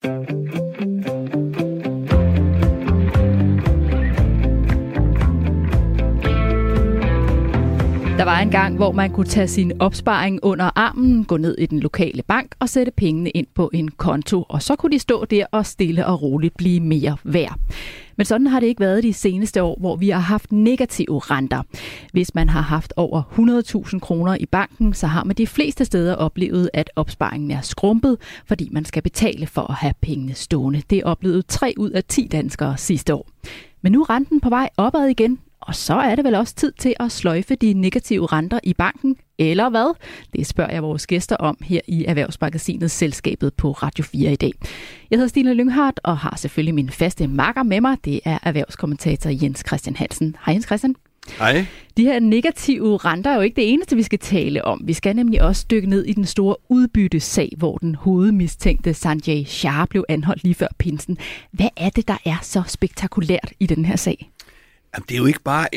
Der var en gang, hvor man kunne tage sin opsparing under armen, gå ned i den lokale bank og sætte pengene ind på en konto, og så kunne de stå der og stille og roligt blive mere værd. Men sådan har det ikke været de seneste år, hvor vi har haft negative renter. Hvis man har haft over 100.000 kroner i banken, så har man de fleste steder oplevet, at opsparingen er skrumpet, fordi man skal betale for at have pengene stående. Det oplevede 3 ud af 10 danskere sidste år. Men nu er renten på vej opad igen, og så er det vel også tid til at sløjfe de negative renter i banken, eller hvad? Det spørger jeg vores gæster om her i Erhvervsmagasinet Selskabet på Radio 4 i dag. Jeg hedder Stine Lynghardt og har selvfølgelig min faste makker med mig. Det er erhvervskommentator Jens Christian Hansen. Hej Jens Christian. Hej. De her negative renter er jo ikke det eneste, vi skal tale om. Vi skal nemlig også dykke ned i den store udbyttesag, hvor den hovedmistænkte Sanjay Shah blev anholdt lige før pinsen. Hvad er det, der er så spektakulært i den her sag? Jamen, det er jo ikke bare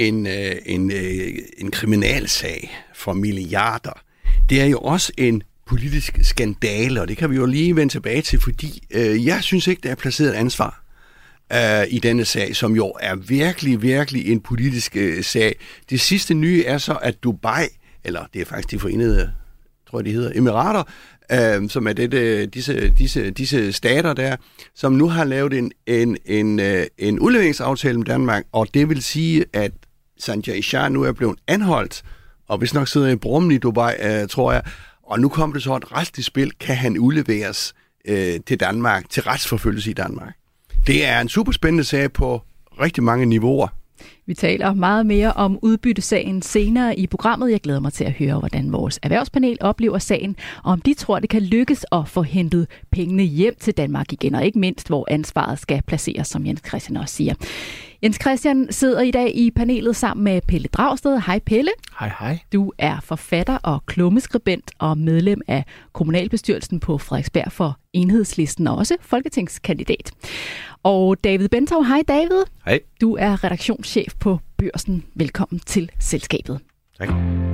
en kriminalsag for milliarder. Det er jo også en politisk skandale, og det kan vi jo lige vende tilbage til, fordi jeg synes ikke, der er placeret ansvar i denne sag, som jo er virkelig, virkelig en politisk sag. Det sidste nye er så, at Dubai, eller det er faktisk de forenede, tror jeg de hedder, Emirater, som er disse stater der, som nu har lavet en udleveringsaftale med Danmark, og det vil sige, at Sanjay Shah nu er blevet anholdt, og hvis nok sidder i brummen i Dubai, tror jeg, og nu kommer det så et retsligt spil, kan han udleveres til Danmark, til retsforfølgelse i Danmark. Det er en super spændende sag på rigtig mange niveauer. Vi taler meget mere om udbyttesagen senere i programmet. Jeg glæder mig til at høre, hvordan vores erhvervspanel oplever sagen, og om de tror, det kan lykkes at få hentet pengene hjem til Danmark igen, og ikke mindst, hvor ansvaret skal placeres, som Jens Christian også siger. Jens Christian sidder i dag i panelet sammen med Pelle Dragsted. Hej Pelle. Hej hej. Du er forfatter og klummeskribent og medlem af kommunalbestyrelsen på Frederiksberg for Enhedslisten og også folketingskandidat. Og David Bentov. Hej David. Hej. Du er redaktionschef på Børsen. Velkommen til selskabet. Tak.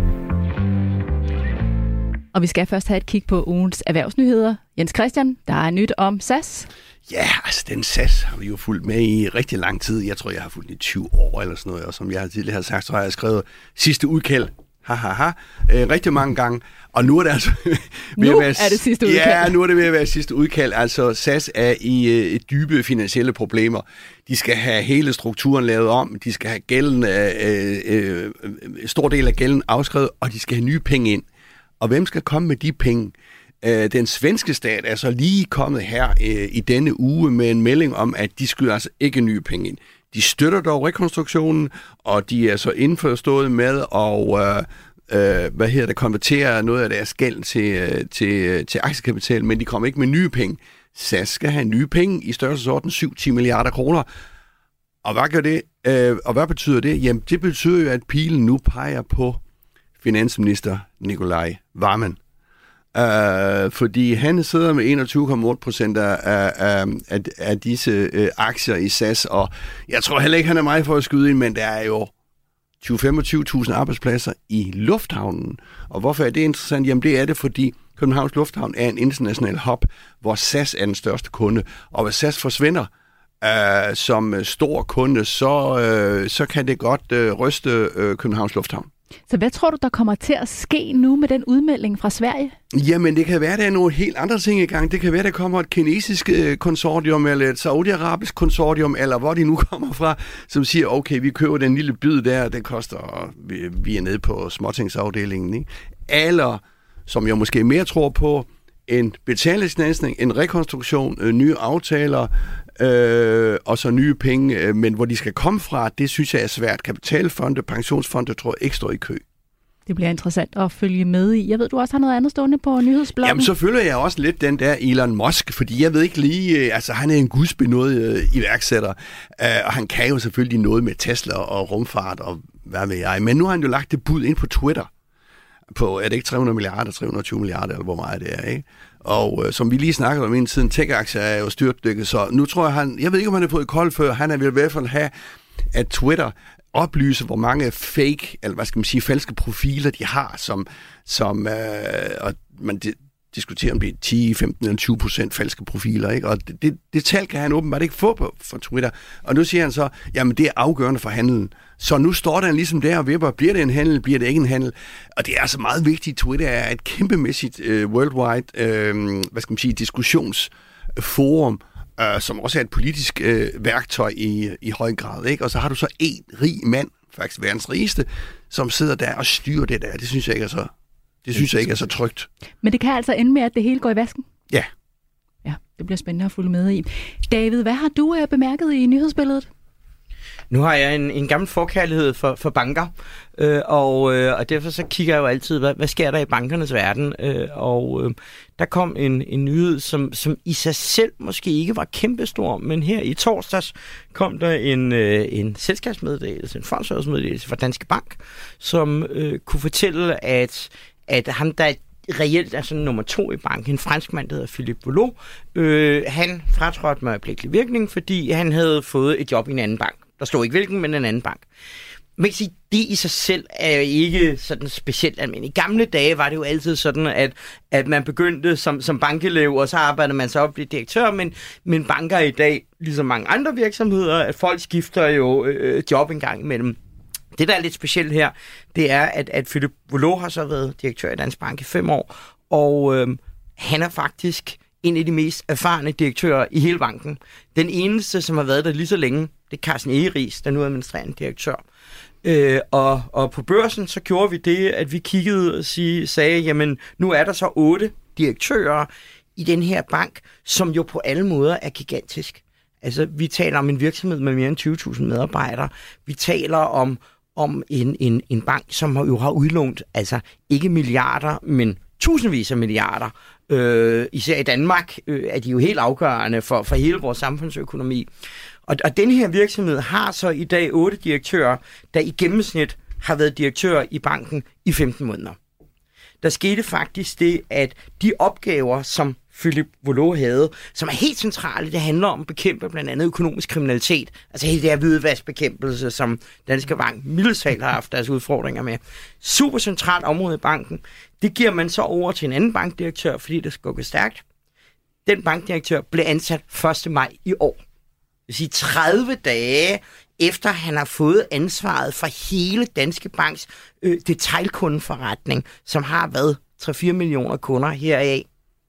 Og vi skal først have et kig på ugens erhvervsnyheder. Jens Christian, der er nyt om SAS. Ja, altså den SAS har vi jo fulgt med i rigtig lang tid. Jeg tror, jeg har fulgt i 20 år eller sådan noget, og som jeg tidligere har sagt, så har jeg skrevet sidste udkald. Rigtig mange gange. Og nu er det altså er det sidste udkald. Ja, nu er det ved at være sidste udkald. Altså SAS er i dybe finansielle problemer. De skal have hele strukturen lavet om. De skal have gælden, stor del af gælden afskrevet, og de skal have nye penge ind. Og hvem skal komme med de penge? Den svenske stat er så lige kommet her i denne uge med en melding om, at de skyder altså ikke nye penge ind. De støtter dog rekonstruktionen, og de er så indforstået med at konvertere noget af deres gæld til aktiekapital, men de kommer ikke med nye penge. SAS skal have nye penge i størrelsesorden 7-10 milliarder kroner. Og hvad gør det? Og hvad betyder det? Jamen, det betyder jo, at pilen nu peger på finansminister Nicolai Wammen. Fordi han sidder med 21,8% af disse aktier i SAS, og jeg tror heller ikke, han er meget for at skyde ind, men der er jo 20-25.000 arbejdspladser i lufthavnen. Og hvorfor er det interessant? Jamen det er det, fordi Københavns Lufthavn er en international hub, hvor SAS er den største kunde, og hvis SAS forsvinder som stor kunde, så kan det godt ryste Københavns Lufthavn. Så hvad tror du, der kommer til at ske nu med den udmelding fra Sverige? Jamen, det kan være, der er nogle helt andre ting i gang. Det kan være, der kommer et kinesisk konsortium, eller et saudiarabisk konsortium, eller hvor de nu kommer fra, som siger, okay, vi køber den lille bid der, det koster, vi er nede på småtingsafdelingen, ikke? Eller, som jeg måske mere tror på, en betalingsstandsning, en rekonstruktion, nye aftaler, og så nye penge, men hvor de skal komme fra, det synes jeg er svært. Kapitalfonde, pensionsfonde, tror jeg ikke står i kø. Det bliver interessant at følge med i. Jeg ved, du også har noget andet stående på nyhedsbloggen. Jamen, så følger jeg også lidt den der Elon Musk, fordi jeg ved ikke lige, altså han er en gudsbenået iværksætter, og han kan jo selvfølgelig noget med Tesla og rumfart og hvad ved jeg, men nu har han jo lagt det bud ind på Twitter, på, er det ikke 300 milliarder, 320 milliarder, eller hvor meget det er, ikke? Og som vi lige snakkede om inden tiden, tech-aktier er jo styrtdykket, så nu tror jeg ved ikke, om han har fået koldt før, han vil i hvert fald have, at Twitter oplyse, hvor mange fake, eller hvad skal man sige, falske profiler de har, diskutere, om det er 10, 15 eller 20% falske profiler, ikke? Og det tal kan han åbenbart ikke få på Twitter. Og nu siger han så, jamen det er afgørende for handelen. Så nu står der ligesom der og vipper, bliver det en handel, bliver det ikke en handel? Og det er altså meget vigtigt. Twitter er et kæmpemæssigt worldwide, diskussionsforum, som også er et politisk værktøj i høj grad, ikke? Og så har du så en rig mand, faktisk verdens rigeste, som sidder der og styrer det der. Det synes jeg ikke er så trygt. Men det kan altså ende med, at det hele går i vasken? Ja. Ja, det bliver spændende at følge med i. David, hvad har du bemærket i nyhedsbilledet? Nu har jeg en gammel forkærlighed for banker, og derfor så kigger jeg jo altid, hvad sker der i bankernes verden? Der kom en nyhed, som i sig selv måske ikke var kæmpestor, men her i torsdags kom der en selskabsmeddelelse, en fondsmeddelelse fra Danske Bank, som kunne fortælle, at ham, der reelt er sådan nummer 2 i banken, en franskmand, der hedder Philippe Vollot, han fratrådte med øjeblikkelig virkning, fordi han havde fået et job i en anden bank. Der stod ikke hvilken, men en anden bank. Man kan sige, det i sig selv er jo ikke sådan specielt almindeligt. I gamle dage var det jo altid sådan, at man begyndte som bankelev, og så arbejdede man sig op og blev direktør, men banker i dag, ligesom mange andre virksomheder, at folk skifter jo job en gang imellem. Det, der er lidt specielt her, det er, at Philippe Vollot har så været direktør i Danske Bank i 5 år, og han er faktisk en af de mest erfarne direktører i hele banken. Den eneste, som har været der lige så længe, det er Carsten Egeris, der nu er administrerende direktør. Og på børsen, så gjorde vi det, at vi kiggede og sagde, jamen, nu er der så 8 direktører i den her bank, som jo på alle måder er gigantisk. Altså, vi taler om en virksomhed med mere end 20.000 medarbejdere. Vi taler om en bank, som jo har udlånt, altså ikke milliarder, men tusindvis af milliarder. Især i Danmark er de jo helt afgørende for hele vores samfundsøkonomi. Og den her virksomhed har så i dag 8 direktører, der i gennemsnit har været direktør i banken i 15 måneder. Der skete faktisk det, at de opgaver, som Philippe Vollot havde, som er helt centrale, det handler om at bekæmpe blandt andet økonomisk kriminalitet. Altså hele det her hvidvaskbekæmpelse, som Danske Bank mildest talt har haft deres udfordringer med. Super centralt område i banken. Det giver man så over til en anden bankdirektør, fordi det skal gå stærkt. Den bankdirektør blev ansat 1. maj i år. Det vil sige 30 dage efter han har fået ansvaret for hele Danske Banks detailkundeforretning, som har været 3-4 millioner kunder heraf.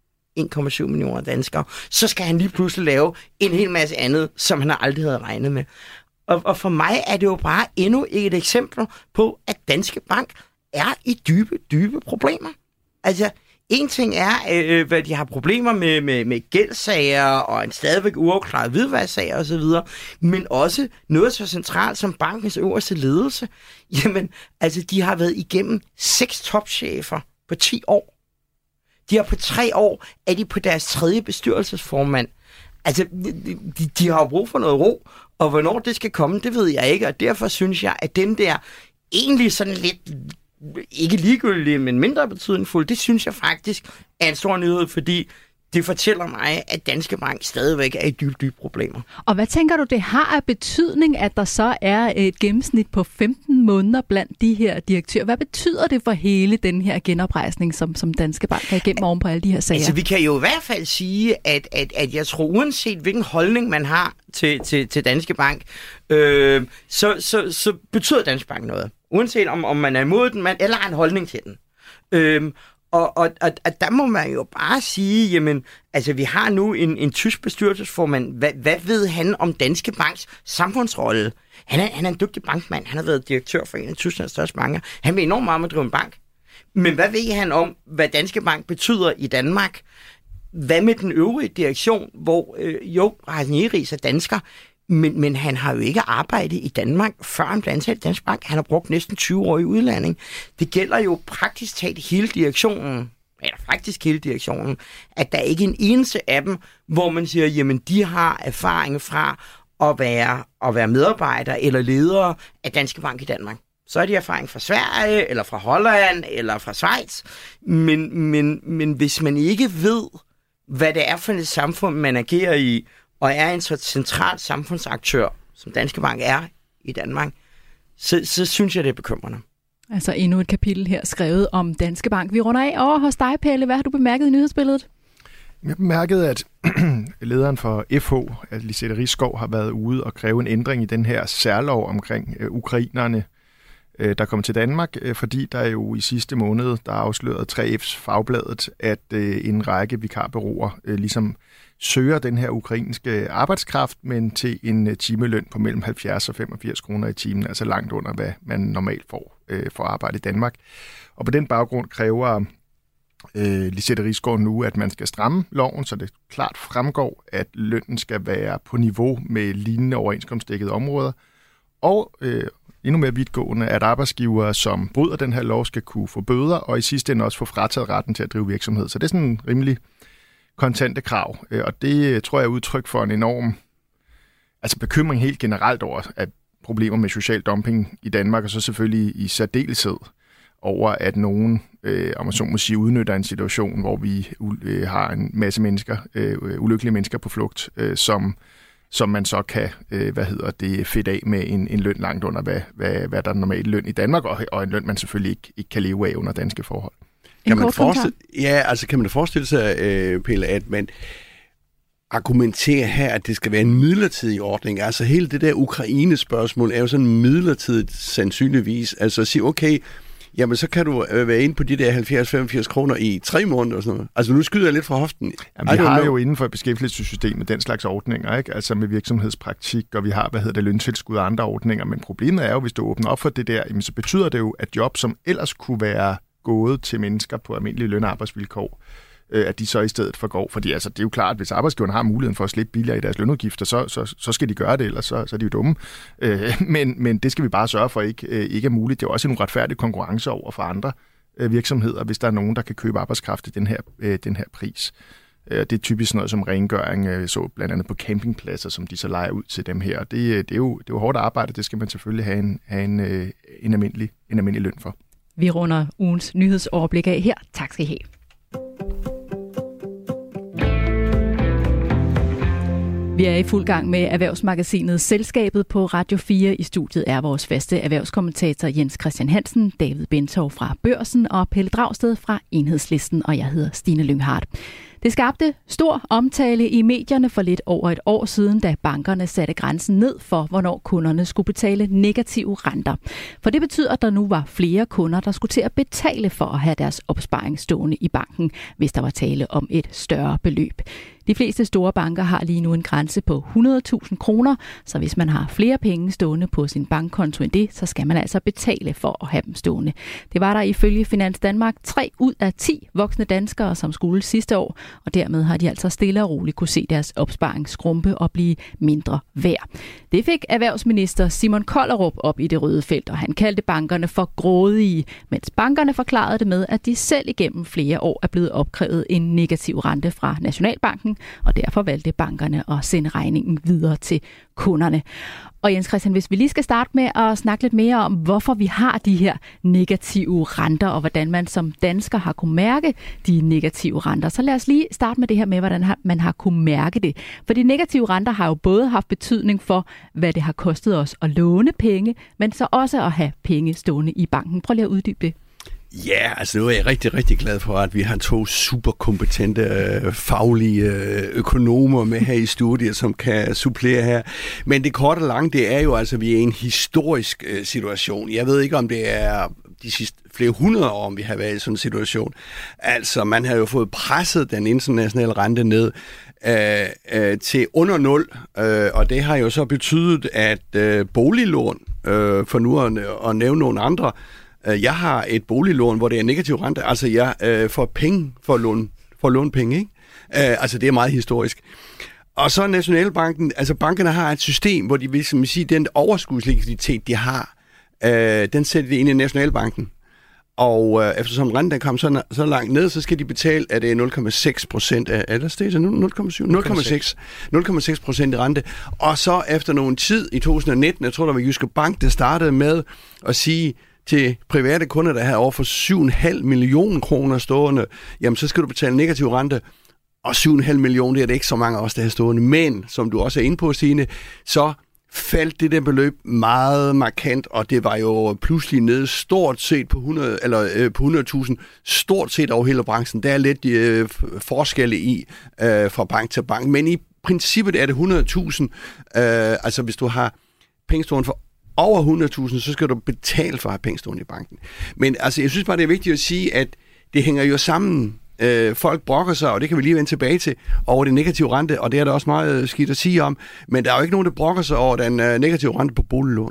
1,7 millioner danskere, så skal han lige pludselig lave en hel masse andet, som han aldrig havde regnet med. Og for mig er det jo bare endnu et eksempel på, at Danske Bank er i dybe problemer. Altså, en ting er, hvad de har problemer med gældssager og en stadigvæk uafklaret hvidvasksager osv., men også noget så centralt som bankens øverste ledelse. Jamen, altså, de har været igennem 6 topchefer på 10 år. De har på 3 år, er de på deres 3. bestyrelsesformand. Altså, de har brug for noget ro, og hvornår det skal komme, det ved jeg ikke, og derfor synes jeg, at dem der egentlig sådan lidt, ikke ligegyldige, men mindre betydningsfulde, det synes jeg faktisk er en stor nyhed, fordi det fortæller mig, at Danske Bank stadigvæk er i dybe problemer. Og hvad tænker du, det har af betydning, at der så er et gennemsnit på 15 måneder blandt de her direktører? Hvad betyder det for hele den her genoprejsning, som Danske Bank er igennem oven på alle de her sager? Altså, vi kan jo i hvert fald sige, at jeg tror, uanset hvilken holdning man har til Danske Bank, så betyder Danske Bank noget. Uanset om man er imod den, eller har en holdning til den. Og der må man jo bare sige, jamen, altså vi har nu en tysk bestyrelsesformand. Hvad ved han om Danske Banks samfundsrolle? Han er en dygtig bankmand. Han har været direktør for en af Tysklands største banker. Han ved enormt meget om at drive en bank. Men hvad ved han om, hvad Danske Bank betyder i Danmark? Hvad med den øvrige direktion, hvor Carsten Egeris er dansker, men han har jo ikke arbejdet i Danmark, før han blev ansat i Danske Bank. Han har brugt næsten 20 år i udlanding. Det gælder jo praktisk talt hele direktionen, at der ikke er en eneste af dem, hvor man siger, jamen de har erfaring fra at være medarbejdere eller ledere af Danske Bank i Danmark. Så er de erfaring fra Sverige, eller fra Holland, eller fra Schweiz. Men hvis man ikke ved, hvad det er for et samfund, man agerer i, og er en så central samfundsaktør, som Danske Bank er i Danmark, så synes jeg, det er bekymrende. Altså endnu et kapitel her skrevet om Danske Bank. Vi runder af over hos dig, Pelle. Hvad har du bemærket i nyhedsbilledet? Jeg bemærkede, at lederen for FH, Lisette Risgaard, har været ude og kræve en ændring i den her særlov omkring ukrainerne, der kom til Danmark, fordi der jo i sidste måned, der afslørede 3F's Fagbladet, at en række vikarbureauer ligesom søger den her ukrainske arbejdskraft, men til en timeløn på mellem 70 og 85 kroner i timen, altså langt under, hvad man normalt får for arbejde i Danmark. Og på den baggrund kræver Lisette Risgaard nu, at man skal stramme loven, så det klart fremgår, at lønnen skal være på niveau med lignende overenskomstdækkede områder, og endnu mere vidtgående, at arbejdsgivere, som bryder den her lov, skal kunne få bøder, og i sidste ende også få frataget retten til at drive virksomhed. Så det er sådan en rimelig kontante krav, og det tror jeg er udtryk for en enorm bekymring helt generelt over at problemer med social dumping i Danmark, og så selvfølgelig i særdeleshed over, at nogen, om man så må sige, udnytter en situation, hvor vi har en masse mennesker, ulykkelige mennesker på flugt, som man så kan, fedt af med en løn langt under, hvad der er normalt løn i Danmark, og en løn, man selvfølgelig ikke kan leve af under danske forhold. Kan man forestille sig, Pelle, at man argumenterer her, at det skal være en midlertidig ordning? Altså hele det der Ukraine-spørgsmål er jo sådan midlertidigt sandsynligvis. Altså at sige, okay, jamen så kan du være inde på de der 70-85 kroner i 3 måneder og sådan noget. Altså nu skyder jeg lidt fra hoften. Jamen, vi har jo inden for beskæftigelsessystemet den slags ordninger, ikke? Altså med virksomhedspraktik, og vi har, løntilskud og andre ordninger. Men problemet er jo, hvis du åbner op for det der, jamen, så betyder det jo, at job, som ellers kunne være gået til mennesker på almindelige løn- og arbejdsvilkår, at de så i stedet forgår. Fordi altså, det er jo klart, at hvis arbejdsgiverne har muligheden for at slippe billigere i deres lønudgifter, så skal de gøre det, ellers så er de jo dumme. Men det skal vi bare sørge for ikke er muligt. Det er også en uretfærdig konkurrence over for andre virksomheder, hvis der er nogen, der kan købe arbejdskraft i den her pris. Det er typisk noget som rengøring, så blandt andet på campingpladser, som de så lejer ud til dem her. Det er jo hårdt arbejde, det skal man selvfølgelig have en almindelig løn for. Vi runder ugens nyhedsoverblik af her. Tak skal I have. Vi er i fuld gang med erhvervsmagasinet Selskabet på Radio 4. I studiet er vores faste erhvervskommentator Jens Christian Hansen, David Bentov fra Børsen og Pelle Dragsted fra Enhedslisten, og jeg hedder Stine Lynghardt. Det skabte stor omtale i medierne for lidt over et år siden, da bankerne satte grænsen ned for, hvornår kunderne skulle betale negative renter. For det betyder, at der nu var flere kunder, der skulle til at betale for at have deres opsparing stående i banken, hvis der var tale om et større beløb. De fleste store banker har lige nu en grænse på 100.000 kroner, så hvis man har flere penge stående på sin bankkonto end det, så skal man altså betale for at have dem stående. Det var der ifølge Finans Danmark 3 ud af 10 voksne danskere, som skulle sidste år, og dermed har de altså stille og roligt kunne se deres opsparing skrumpe og blive mindre værd. Det fik erhvervsminister Simon Kollerup op i det røde felt, og han kaldte bankerne for grådige, mens bankerne forklarede det med, at de selv igennem flere år er blevet opkrævet en negativ rente fra Nationalbanken, og derfor valgte bankerne at sende regningen videre til kunderne. Og Jens Christian, hvis vi lige skal starte med at snakke lidt mere om, hvorfor vi har de her negative renter, og hvordan man som dansker har kunne mærke de negative renter, så lad os lige starte med det her med, hvordan man har kunne mærke det. For de negative renter har jo både haft betydning for, hvad det har kostet os at låne penge, men så også at have penge stående i banken. Prøv lige at uddybe det. Ja, altså nu er jeg rigtig, rigtig glad for, at vi har 2 superkompetente faglige økonomer med her i studiet, som kan supplere her. Men det korte og lange, det er jo altså, at vi er i en historisk situation. Jeg ved ikke, om det er de sidste flere 100 år, om vi har været i sådan en situation. Altså, man har jo fået presset den internationale rente ned til under 0, og det har jo så betydet, at boliglån, for nu at nævne nogle andre, jeg har et boliglån, hvor det er negativ rente. Altså, jeg får penge for at låne penge, ikke? Altså, det er meget historisk. Og så Nationalbanken, altså bankerne har et system, hvor de vil sige, den overskudslikviditet, de har, den sætter de ind i Nationalbanken. Og eftersom renten kom så langt ned, så skal de betale, at det er 0,6% af, eller stedet 0,7% i rente. Og så efter nogen tid i 2019, jeg tror, der var Jyske Bank, der startede med at sige til private kunder, der havde over for 7,5 millioner kroner stående, jamen så skal du betale negativ rente. Og 7,5 millioner, det er det ikke så mange af os, der har stående. Men, som du også er inde på, Signe, så faldt det der beløb meget markant, og det var jo pludselig nede stort set på 100.000, stort set over hele branchen. Der er lidt forskelle i fra bank til bank, men i princippet er det 100.000. Altså hvis du har pengestående for over 100.000, så skal du betale for at have pengestående i banken. Men altså, jeg synes bare, det er vigtigt at sige, at det hænger jo sammen. Folk brokker sig, og det kan vi lige vende tilbage til, over det negative rente, og det er der også meget skidt at sige om, men der er jo ikke nogen, der brokker sig over den negative rente på boliglån.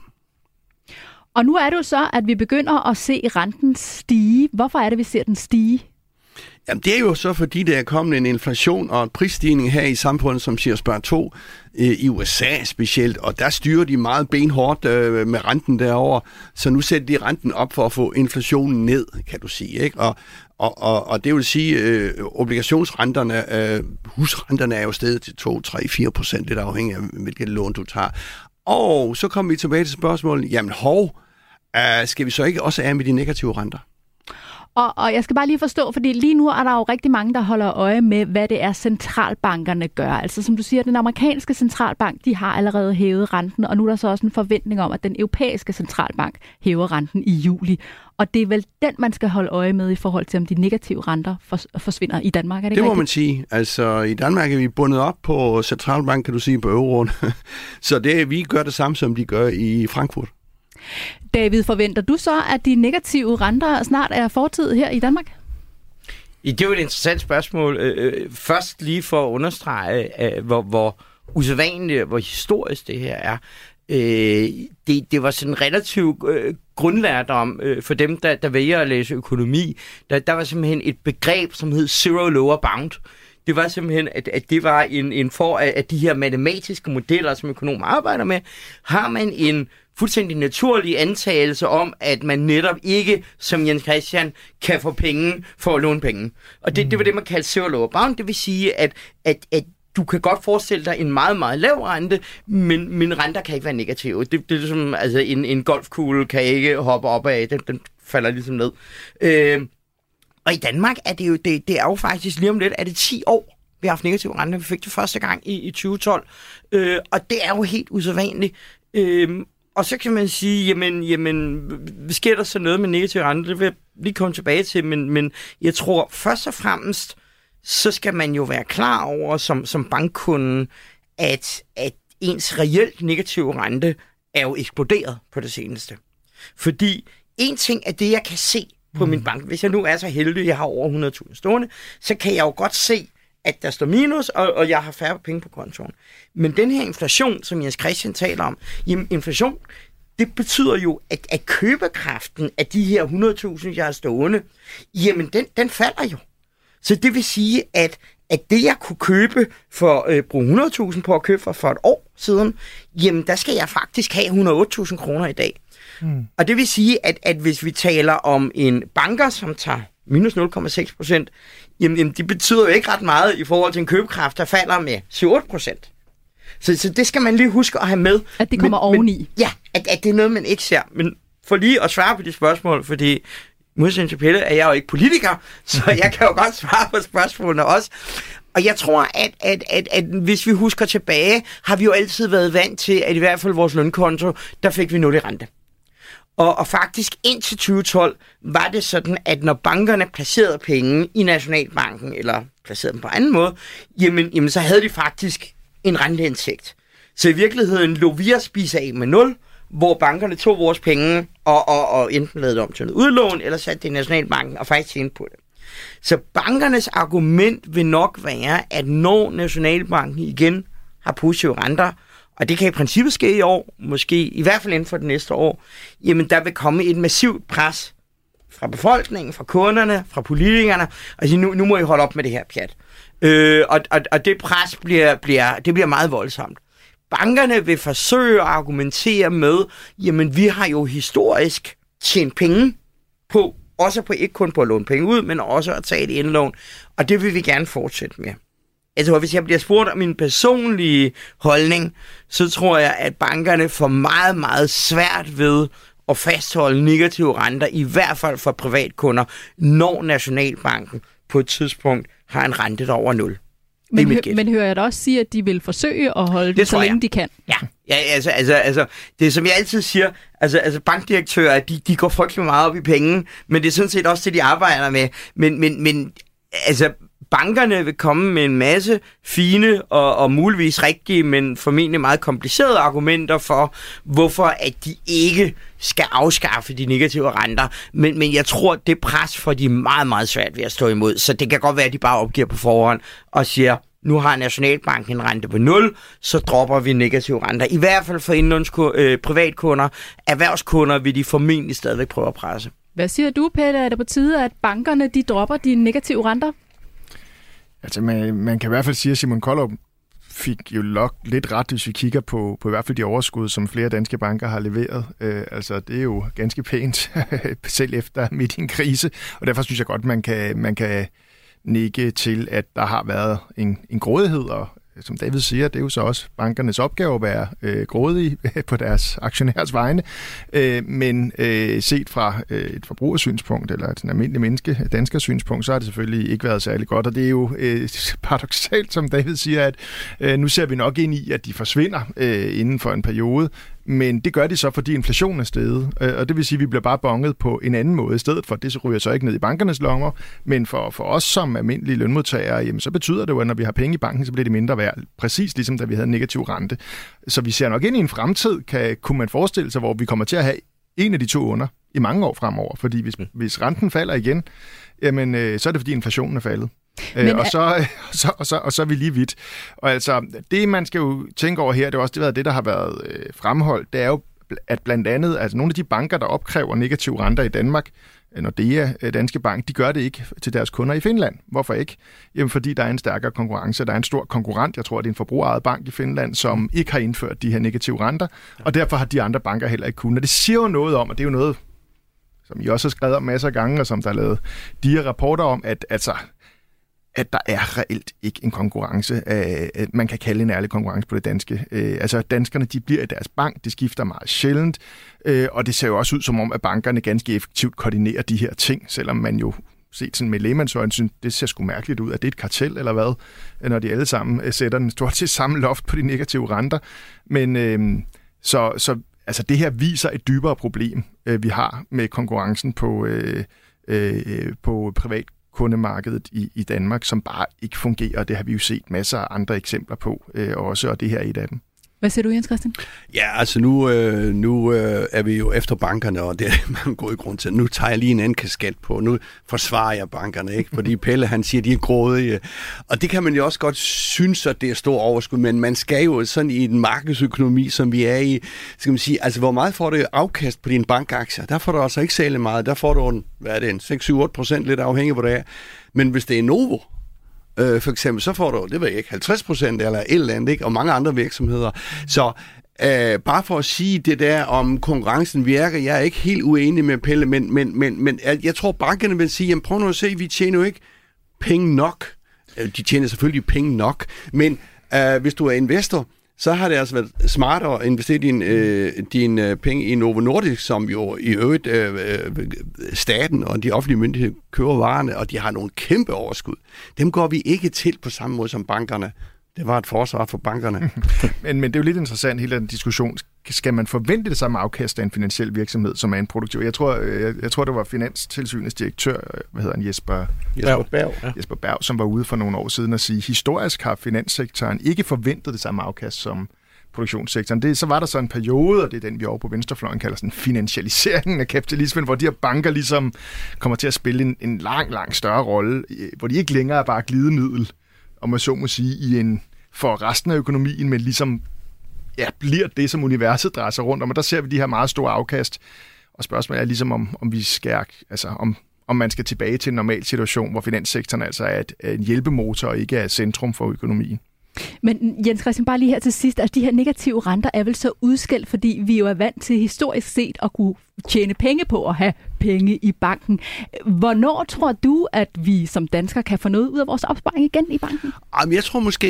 Og nu er det jo så, at vi begynder at se renten stige. Hvorfor er det, vi ser den stige? Jamen, det er jo så, fordi der er kommet en inflation og en prisstigning her i samfundet, som siger spørg 2, i USA specielt, og der styrer de meget benhårdt med renten derover, så nu sætter de renten op for at få inflationen ned, kan du sige, ikke? Og det vil sige, obligationsrenterne, husrenterne er jo steget til 2, 3, 4%, det er afhængigt af, hvilket lån du tager. Og så kommer vi tilbage til spørgsmålet, jamen skal vi så ikke også af med de negative renter? Og jeg skal bare lige forstå, fordi lige nu er der jo rigtig mange, der holder øje med, hvad det er, centralbankerne gør. Altså som du siger, den amerikanske centralbank, de har allerede hævet renten, og nu er der så også en forventning om, at den europæiske centralbank hæver renten i juli. Og det er vel den, man skal holde øje med i forhold til, om de negative renter forsvinder i Danmark. Er det må rigtigt? Man sige. Altså i Danmark er vi bundet op på centralbank, kan du sige, på euroen. Så vi gør det samme, som de gør i Frankfurt. David, forventer du så, at de negative renter snart er fortid her i Danmark? Det er jo et interessant spørgsmål. Først lige for at understrege, hvor usædvanligt, hvor historisk det her er. Det var sådan relativt grundlærdom for dem, der vælger at læse økonomi. Der var simpelthen et begreb, som hed zero lower bound. Det var simpelthen, at det var en for at de her matematiske modeller, som økonomer arbejder med, har man en fuldstændig naturlig antagelse om, at man netop ikke, som Jens Christian, kan få penge for at låne penge. Og det var det, man kaldte zero lower bound. Det vil sige, at du kan godt forestille dig en meget, meget lav rente, men renter kan ikke være negative. Det er ligesom, altså en golfkugle kan ikke hoppe op af, den falder ligesom ned. Og i Danmark er det jo, det er jo faktisk lige om lidt, er det 10 år, vi har haft negativ rente. Vi fik det første gang i 2012. Og det er jo helt usædvanligt. Og så kan man sige, jamen, sker der så noget med negativ rente? Det vil jeg lige komme tilbage til, men jeg tror først og fremmest, så skal man jo være klar over som bankkunde, at ens reelt negative rente er jo eksploderet på det seneste. Fordi en ting er det, jeg kan se på min bank. Hvis jeg nu er så heldig, at jeg har over 100.000 stående, så kan jeg jo godt se, at der står minus, og jeg har færre penge på kontoen. Men den her inflation, som Jens Christian taler om, jamen inflation, det betyder jo, at købekraften af de her 100.000, jeg har stående, jamen den falder jo. Så det vil sige, at det, jeg kunne købe for bruge 100.000 på at købe for et år siden, jamen der skal jeg faktisk have 108.000 kroner i dag. Og det vil sige, at hvis vi taler om en banker, som tager minus 0,6%, jamen det betyder jo ikke ret meget i forhold til en købekraft, der falder med 7-8%. Så det skal man lige huske at have med. At det kommer oveni. Ja, at det er noget, man ikke ser. Men for lige at svare på de spørgsmål, fordi modsætning til Pelle er jeg jo ikke politiker, så jeg kan jo godt svare på spørgsmålene også. Og jeg tror, at hvis vi husker tilbage, har vi jo altid været vant til, at i hvert fald vores lønkonto, der fik vi 0 i rente. Og faktisk indtil 2012 var det sådan, at når bankerne placerede penge i Nationalbanken, eller placerede dem på anden måde, jamen så havde de faktisk en renteindtægt. Så i virkeligheden lå vi at spise af med 0, hvor bankerne tog vores penge og enten lavede det om til noget udlån, eller satte det i Nationalbanken og faktisk tjente på det. Så bankernes argument vil nok være, at når Nationalbanken igen har positive renter, og det kan i princippet ske i år, måske i hvert fald inden for det næste år, jamen der vil komme et massivt pres fra befolkningen, fra kunderne, fra politikerne, og sige, nu må I holde op med det her pjat. Og det pres bliver meget voldsomt. Bankerne vil forsøge at argumentere med, jamen vi har jo historisk tjent penge på, også på ikke kun på at låne penge ud, men også at tage et indlån, og det vil vi gerne fortsætte med. Altså, hvis jeg bliver spurgt om min personlige holdning, så tror jeg, at bankerne får meget, meget svært ved at fastholde negative renter, i hvert fald for privatkunder, når Nationalbanken på et tidspunkt har en rente der over 0. Men hører jeg da også sige, at de vil forsøge at holde det så længe de kan? Ja, altså, det er som jeg altid siger, altså bankdirektører, de går frygtelig meget op i penge, men det er sådan set også det, de arbejder med. Men altså, bankerne vil komme med en masse fine og muligvis rigtige, men formentlig meget komplicerede argumenter for, hvorfor at de ikke skal afskaffe de negative renter. Men jeg tror, det pres får de meget, meget svært ved at stå imod. Så det kan godt være, at de bare opgiver på forhånd og siger, nu har Nationalbanken en rente på 0, så dropper vi negative renter. I hvert fald for privatkunder. Erhvervskunder vil de formentlig stadigvæk prøve at presse. Hvad siger du, Pelle? Er det på tide, at bankerne de dropper de negative renter? Altså, man kan i hvert fald sige, at Simon Kollerup fik jo lidt ret, hvis vi kigger på i hvert fald de overskud, som flere danske banker har leveret. Altså, det er jo ganske pænt, selv efter midt i en krise, og derfor synes jeg godt, man kan nikke til, at der har været en grådighed, og som David siger, det er jo så også bankernes opgave at være grådige på deres aktionærs vegne, men set fra et forbrugersynspunkt eller et almindeligt danskersynspunkt, så har det selvfølgelig ikke været særlig godt, og det er jo paradoksalt, som David siger, at nu ser vi nok ind i, at de forsvinder inden for en periode, men det gør de så, fordi inflationen er steget, og det vil sige, at vi bliver bare bonget på en anden måde i stedet for. Det ryger så ikke ned i bankernes lommer, men for os som almindelige lønmodtagere, jamen, så betyder det jo, at når vi har penge i banken, så bliver det mindre værd. Præcis ligesom da vi havde en negativ rente. Så vi ser nok ind i en fremtid, kunne man forestille sig, hvor vi kommer til at have en af de to under i mange år fremover. Fordi hvis renten falder igen, jamen, så er det fordi inflationen er faldet. Og så er vi lige vidt. Og altså, det man skal jo tænke over her, det har også det, der har været fremholdt, det er jo, at blandt andet, altså nogle af de banker, der opkræver negative renter i Danmark, Nordea, Danske Bank, de gør det ikke til deres kunder i Finland. Hvorfor ikke? Jamen, fordi der er en stærkere konkurrence. Der er en stor konkurrent, jeg tror, det er en forbrugerejet bank i Finland, som ikke har indført de her negative renter, og derfor har de andre banker heller ikke kunnet. Og det siger jo noget om, og det er jo noget, som I også har skrevet om masser af gange, og som der er lavet de her rapporter om, at der er reelt ikke en konkurrence, man kan kalde en ærlig konkurrence på det danske. Altså danskerne, de bliver i deres bank, de skifter meget sjældent, og det ser jo også ud som om, at bankerne ganske effektivt koordinerer de her ting, selvom man jo set sådan med lægemandsøjne synes, det ser sgu mærkeligt ud, at det er et kartel eller hvad, når de alle sammen sætter den stort set samme loft på de negative renter. Men så altså det her viser et dybere problem, vi har med konkurrencen på privat kundemarkedet i Danmark, som bare ikke fungerer. Det har vi jo set masser af andre eksempler på også, og det her er et af dem. Hvad siger du, Jens Christian? Ja, altså nu er vi jo efter bankerne, og det er man god grund til. Nu tager jeg lige en anden kasket på. Nu forsvarer jeg bankerne, ikke? Fordi Pelle, han siger, de er grådige. Og det kan man jo også godt synes, at det er stor overskud, men man skal jo sådan i en markedsøkonomi, som vi er i, skal man sige, altså hvor meget får du afkast på dine bankaktier? Der får du altså ikke særlig meget. Der får du en 6-7-8%, lidt afhængig af, hvor det er. Men hvis det er Novo, for eksempel, så får du, det ved jeg ikke, 50% eller et eller andet, ikke? Og mange andre virksomheder. Så bare for at sige det der om konkurrencen virker, jeg er ikke helt uenig med Pelle, men jeg tror, bankerne vil sige, jamen prøv nu at se, vi tjener jo ikke penge nok. De tjener selvfølgelig penge nok, men hvis du er investor, så har det altså været smartere at investere dine penge i Novo Nordisk, som jo i øvrigt staten og de offentlige myndigheder køber varerne, og de har nogle kæmpe overskud. Dem går vi ikke til på samme måde som bankerne. Det var et forsvar for bankerne. men det er jo lidt interessant, hele den diskussion. Skal man forvente det samme afkast af en finansiel virksomhed, som er en produktiv? Jeg tror det var Finanstilsynets direktør, Jesper Berg, som var ude for nogle år siden og sige, historisk har finanssektoren ikke forventet det samme afkast som produktionssektoren. Så var der så en periode, og det er den, vi over på venstrefløjen kalder sådan finansialiseringen af kapitalismen, hvor de her banker ligesom kommer til at spille en lang større rolle, hvor de ikke længere er bare glidemiddel, om man så må sige, for resten af økonomien, men ligesom bliver det, som universet drejer sig rundt om. Og der ser vi de her meget store afkast. Og spørgsmålet er ligesom, om vi skal, altså om man skal tilbage til en normal situation, hvor finanssektoren altså er en hjælpemotor og ikke er centrum for økonomien. Men Jens Christian, bare lige her til sidst, altså de her negative renter er vel så udskældt, fordi vi jo er vant til historisk set at kunne tjene penge på at have penge i banken. Hvornår tror du, at vi som danskere kan få noget ud af vores opsparing igen i banken? Jeg tror måske,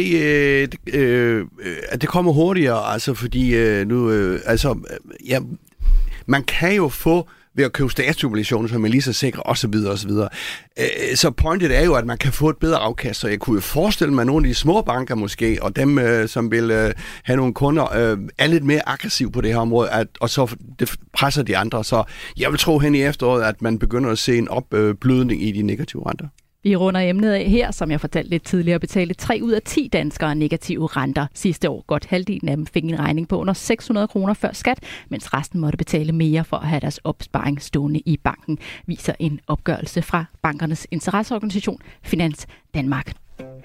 at det kommer hurtigere, altså fordi man kan jo få ved at købe statsobligationer, så man lige så sikker, osv. osv. Så pointet er jo, at man kan få et bedre afkast, så jeg kunne jo forestille mig, at nogle af de små banker måske, og dem, som vil have nogle kunder, er lidt mere aggressiv på det her område, og så det presser de andre. Så jeg vil tro hen i efteråret, at man begynder at se en opblødning i de negative renter. Vi runder emnet af her, som jeg fortalte lidt tidligere, betalte 3 ud af 10 danskere negative renter sidste år. Godt halvdelen af dem fik en regning på under 600 kroner før skat, mens resten måtte betale mere for at have deres opsparing stående i banken, viser en opgørelse fra bankernes interesseorganisation Finans Danmark.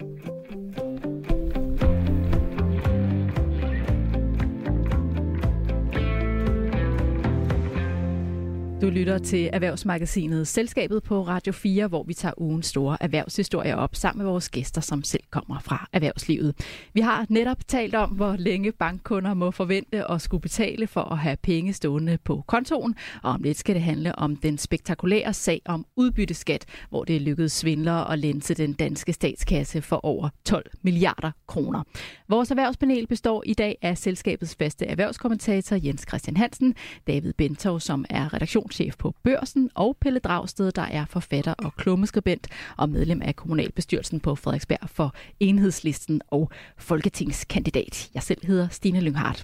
Du lytter til Erhvervsmagasinet Selskabet på Radio 4, hvor vi tager ugens store erhvervshistorier op sammen med vores gæster, som selv kommer fra erhvervslivet. Vi har netop talt om, hvor længe bankkunder må forvente at skulle betale for at have penge stående på kontoen, og om lidt skal det handle om den spektakulære sag om udbytteskat, hvor det lykkedes svindlere at lænse den danske statskasse for over 12 milliarder kroner. Vores erhvervspanel består i dag af selskabets faste erhvervskommentator Jens Christian Hansen, David Bentov, som er redaktionschef på Børsen, og Pelle Dragsted, der er forfatter og klummeskribent og medlem af kommunalbestyrelsen på Frederiksberg for Enhedslisten og folketingskandidat. Jeg selv hedder Stine Lynghardt.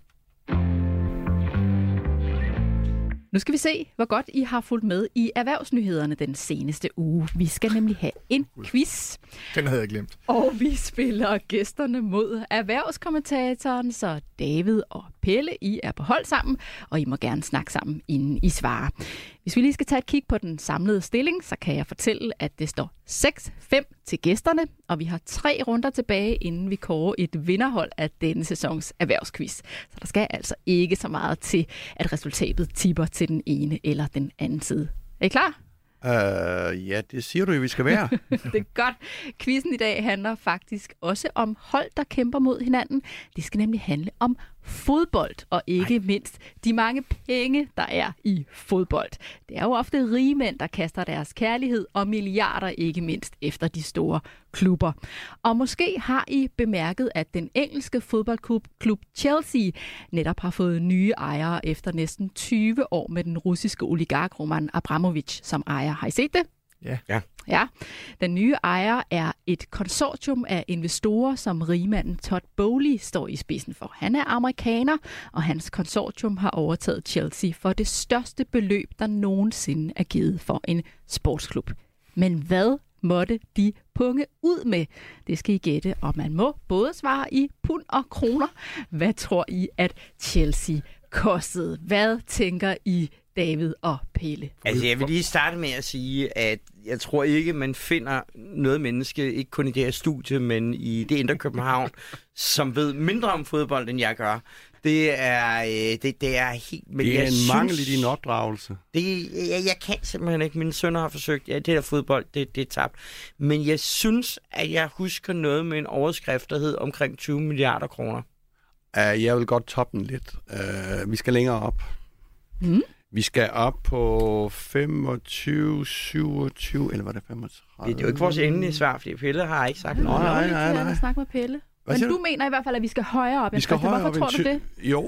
Nu skal vi se, hvor godt I har fulgt med i erhvervsnyhederne den seneste uge. Vi skal nemlig have en quiz. Den havde jeg glemt. Og vi spiller gæsterne mod erhvervskommentatoren, så David og Pelle, I er på hold sammen, og I må gerne snakke sammen, inden I svarer. Hvis vi lige skal tage et kig på den samlede stilling, så kan jeg fortælle, at det står 6-5 til gæsterne, og vi har 3 runder tilbage, inden vi kårer et vinderhold af denne sæsons erhvervsquiz. Så der skal altså ikke så meget til, at resultatet tipper til den ene eller den anden side. Er I klar? Ja, det siger du jo, vi skal være. Det er godt. Quizzen i dag handler faktisk også om hold, der kæmper mod hinanden. Det skal nemlig handle om fodbold, og ikke mindst de mange penge, der er i fodbold. Det er jo ofte rige mænd, der kaster deres kærlighed og milliarder, ikke mindst efter de store klubber. Og måske har I bemærket, at den engelske fodboldklub Chelsea netop har fået nye ejere efter næsten 20 år med den russiske oligark Roman Abramovich som ejer. Har I set det? Ja. Den nye ejer er et konsortium af investorer, som rigmanden Todd Boehly står i spidsen for. Han er amerikaner, og hans konsortium har overtaget Chelsea for det største beløb, der nogensinde er givet for en sportsklub. Men hvad måtte de punge ud med? Det skal I gætte, og man må både svare i pund og kroner. Hvad tror I, at Chelsea kostede? Hvad tænker I, David og Pelle? Altså, jeg vil lige starte med at sige, at jeg tror ikke, man finder noget menneske, ikke kun i det her studie, men i det indre København, som ved mindre om fodbold, end jeg gør. Det er helt... Men det er en mangel i din opdragelse. Jeg kan simpelthen ikke. Mine sønner har forsøgt. Ja, det der fodbold, det er tabt. Men jeg synes, at jeg husker noget med en overskrift, der hed omkring 20 milliarder kroner. Jeg vil godt toppe den lidt. Vi skal længere op. Vi skal op på 25, 27, eller var det 35? Det er jo ikke vores endelige svar, fordi Pelle har ikke sagt noget. Nej. Snakke med Pelle. Men du mener i hvert fald, at vi skal højere op. Hvorfor tror du det? Jo,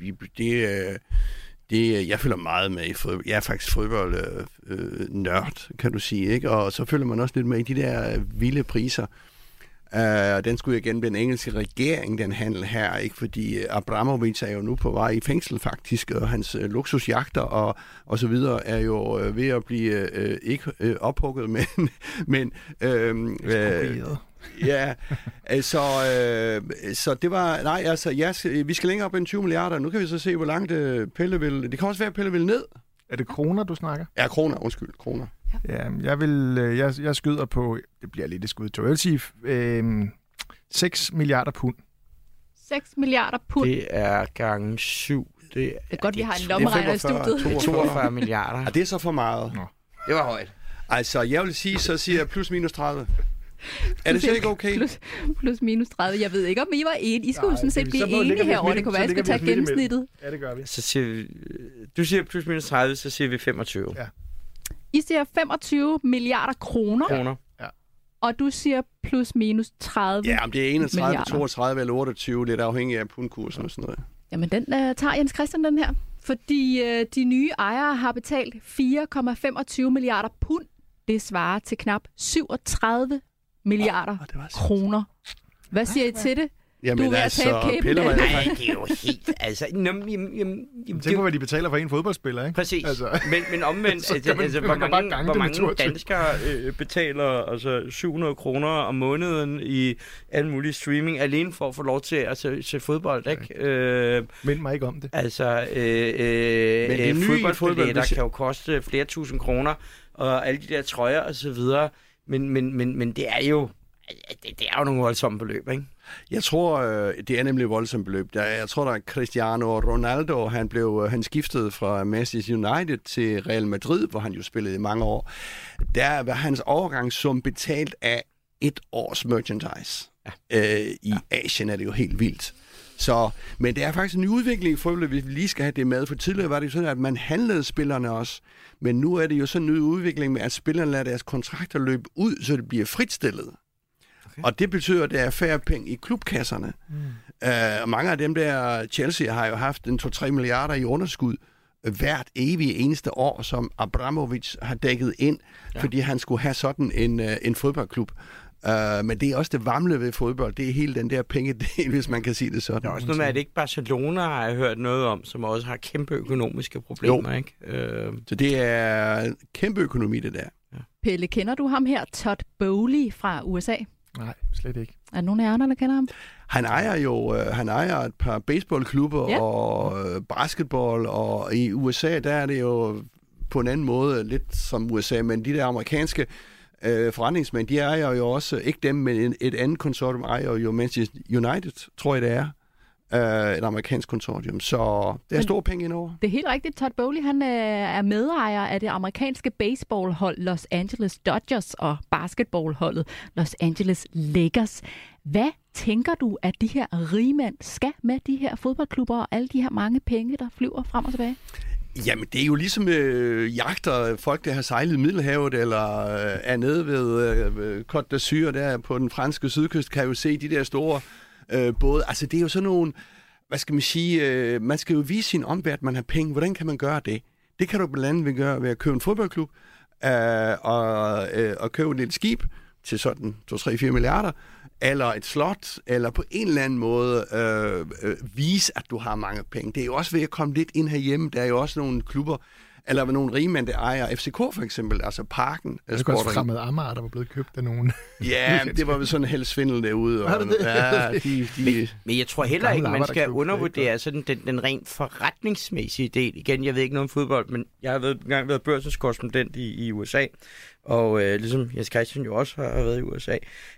jeg følger meget med i fodbold. Jeg er faktisk fodboldnørd, kan du sige, ikke? Og så følger man også lidt med i de der vilde priser. Den skulle igen blive den engelske regering, den handel her, ikke? Fordi Abramovich er jo nu på vej i fængsel faktisk, og hans luksusjagter og så videre er jo ved at blive ikke ophugget, men ja, så det var, nej, altså, vi skal længere op end 20 milliarder. Nu kan vi så se, hvor langt Pelle vil, det kan også være, at Pelle vil ned. Er det kroner, du snakker? Ja, kroner. Ja, jeg skyder på, det bliver lidt et skud til Ølsif, 6 milliarder pund. 6 milliarder pund? Det er gange 7. Det er godt, vi har en lommeregner i studiet. 42 milliarder. Og det er så for meget. Nå. Det var højt. Altså, jeg vil sige, så siger jeg plus minus 30. Er det så ikke okay? Plus minus 30. Jeg ved ikke, om I var enige. I skulle sådan set blive enige herovre. Det kunne være, at I skulle tage gennemsnittet. Ja, det gør vi. Så siger vi, du siger plus minus 30, så siger vi 25. Ja. I siger 25 milliarder kroner. Ja. Og du siger plus minus 30 Ja, om det er 31, milliarder. 32 eller 28, lidt afhængig af pundkursen og sådan noget. Jamen, den tager Jens Christian den her. Fordi de nye ejere har betalt 4,25 milliarder pund. Det svarer til knap 37 milliarder kroner. Hvad siger I til det? Jamen, du er altså, piller man... Nej, det er jo helt... Altså, tænk på, hvad de betaler for en fodboldspiller, ikke? Præcis. Altså, men omvendt, hvor mange danskere betaler altså 700 kroner om måneden i al mulig streaming, alene for at få lov til at se fodbold, ikke? Mind mig ikke om det. Altså, fodboldbilletter kan jo koste flere tusind kroner, og alle de der trøjer og så videre, men det er jo... Det er jo nogle voldsomme beløb, ikke? Jeg tror, det er nemlig voldsomt beløb. Jeg tror, der er Cristiano Ronaldo, han skiftede fra Manchester United til Real Madrid, hvor han jo spillede i mange år. Der var hans overgangssum betalt af 1 års merchandise. I Asien er det jo helt vildt. Så, men det er faktisk en ny udvikling i fodbold, hvis vi lige skal have det med. For tidligere var det jo sådan, at man handlede spillerne også. Men nu er det jo sådan en ny udvikling med, at spillerne lader deres kontrakter løbe ud, så det bliver fritstillet. Okay. Og det betyder, at der er færre penge i klubkasserne. Og mange af dem der, Chelsea har jo haft 2-3 milliarder i underskud hvert evige eneste år, som Abramovich har dækket ind, fordi han skulle have sådan en fodboldklub. Men det er også det varmle ved fodbold. Det er hele den der pengedel, hvis man kan sige det sådan. Der er også noget med, at det ikke Barcelona har jeg hørt noget om, som også har kæmpe økonomiske problemer, ikke? Så det er kæmpe økonomi, det der. Ja. Pelle, kender du ham her? Todd Bowley fra USA? Nej, slet ikke. Er der nogen af jer andre, der kender ham? Han ejer et par baseballklubber og basketball, og i USA, der er det jo på en anden måde lidt som USA, men de der amerikanske forretningsmænd, de ejer jo også, ikke dem, men et andet konsortium ejer jo Manchester United, tror jeg det er. Et amerikansk konsortium, så det er store penge indover. Det er helt rigtigt. Todd Bowley, han er medejer af det amerikanske baseballhold Los Angeles Dodgers og basketballholdet Los Angeles Lakers. Hvad tænker du, at de her rigmænd skal med de her fodboldklubber og alle de her mange penge, der flyver frem og tilbage? Jamen, det er jo ligesom jagter folk, der har sejlet i Middelhavet, eller er nede ved Côte d'Azur, der på den franske sydkyst, kan jo se de der store både. Altså, det er jo sådan nogle, hvad skal man sige, man skal jo vise sin omverden, at man har penge. Hvordan kan man gøre det? Det kan du blandt andet gøre ved at købe en fodboldklub, og købe et lille skib til sådan 2-3-4 milliarder, eller et slot, eller på en eller anden måde vise, at du har mange penge. Det er jo også ved at komme lidt ind herhjemme. Der er jo også nogle klubber, eller nogle rigmænd, der ejer FCK for eksempel, altså Parken. Det er også Fremad Amager, der var blevet købt af nogen. Ja, det var vel sådan en hel svindel derude. Og, men jeg tror heller ikke, man skal undervurdere sådan den rent forretningsmæssige del. Igen, jeg ved ikke noget om fodbold, men jeg har engang været børskorrespondent i USA, og ligesom Jens Christian jo også har været i USA.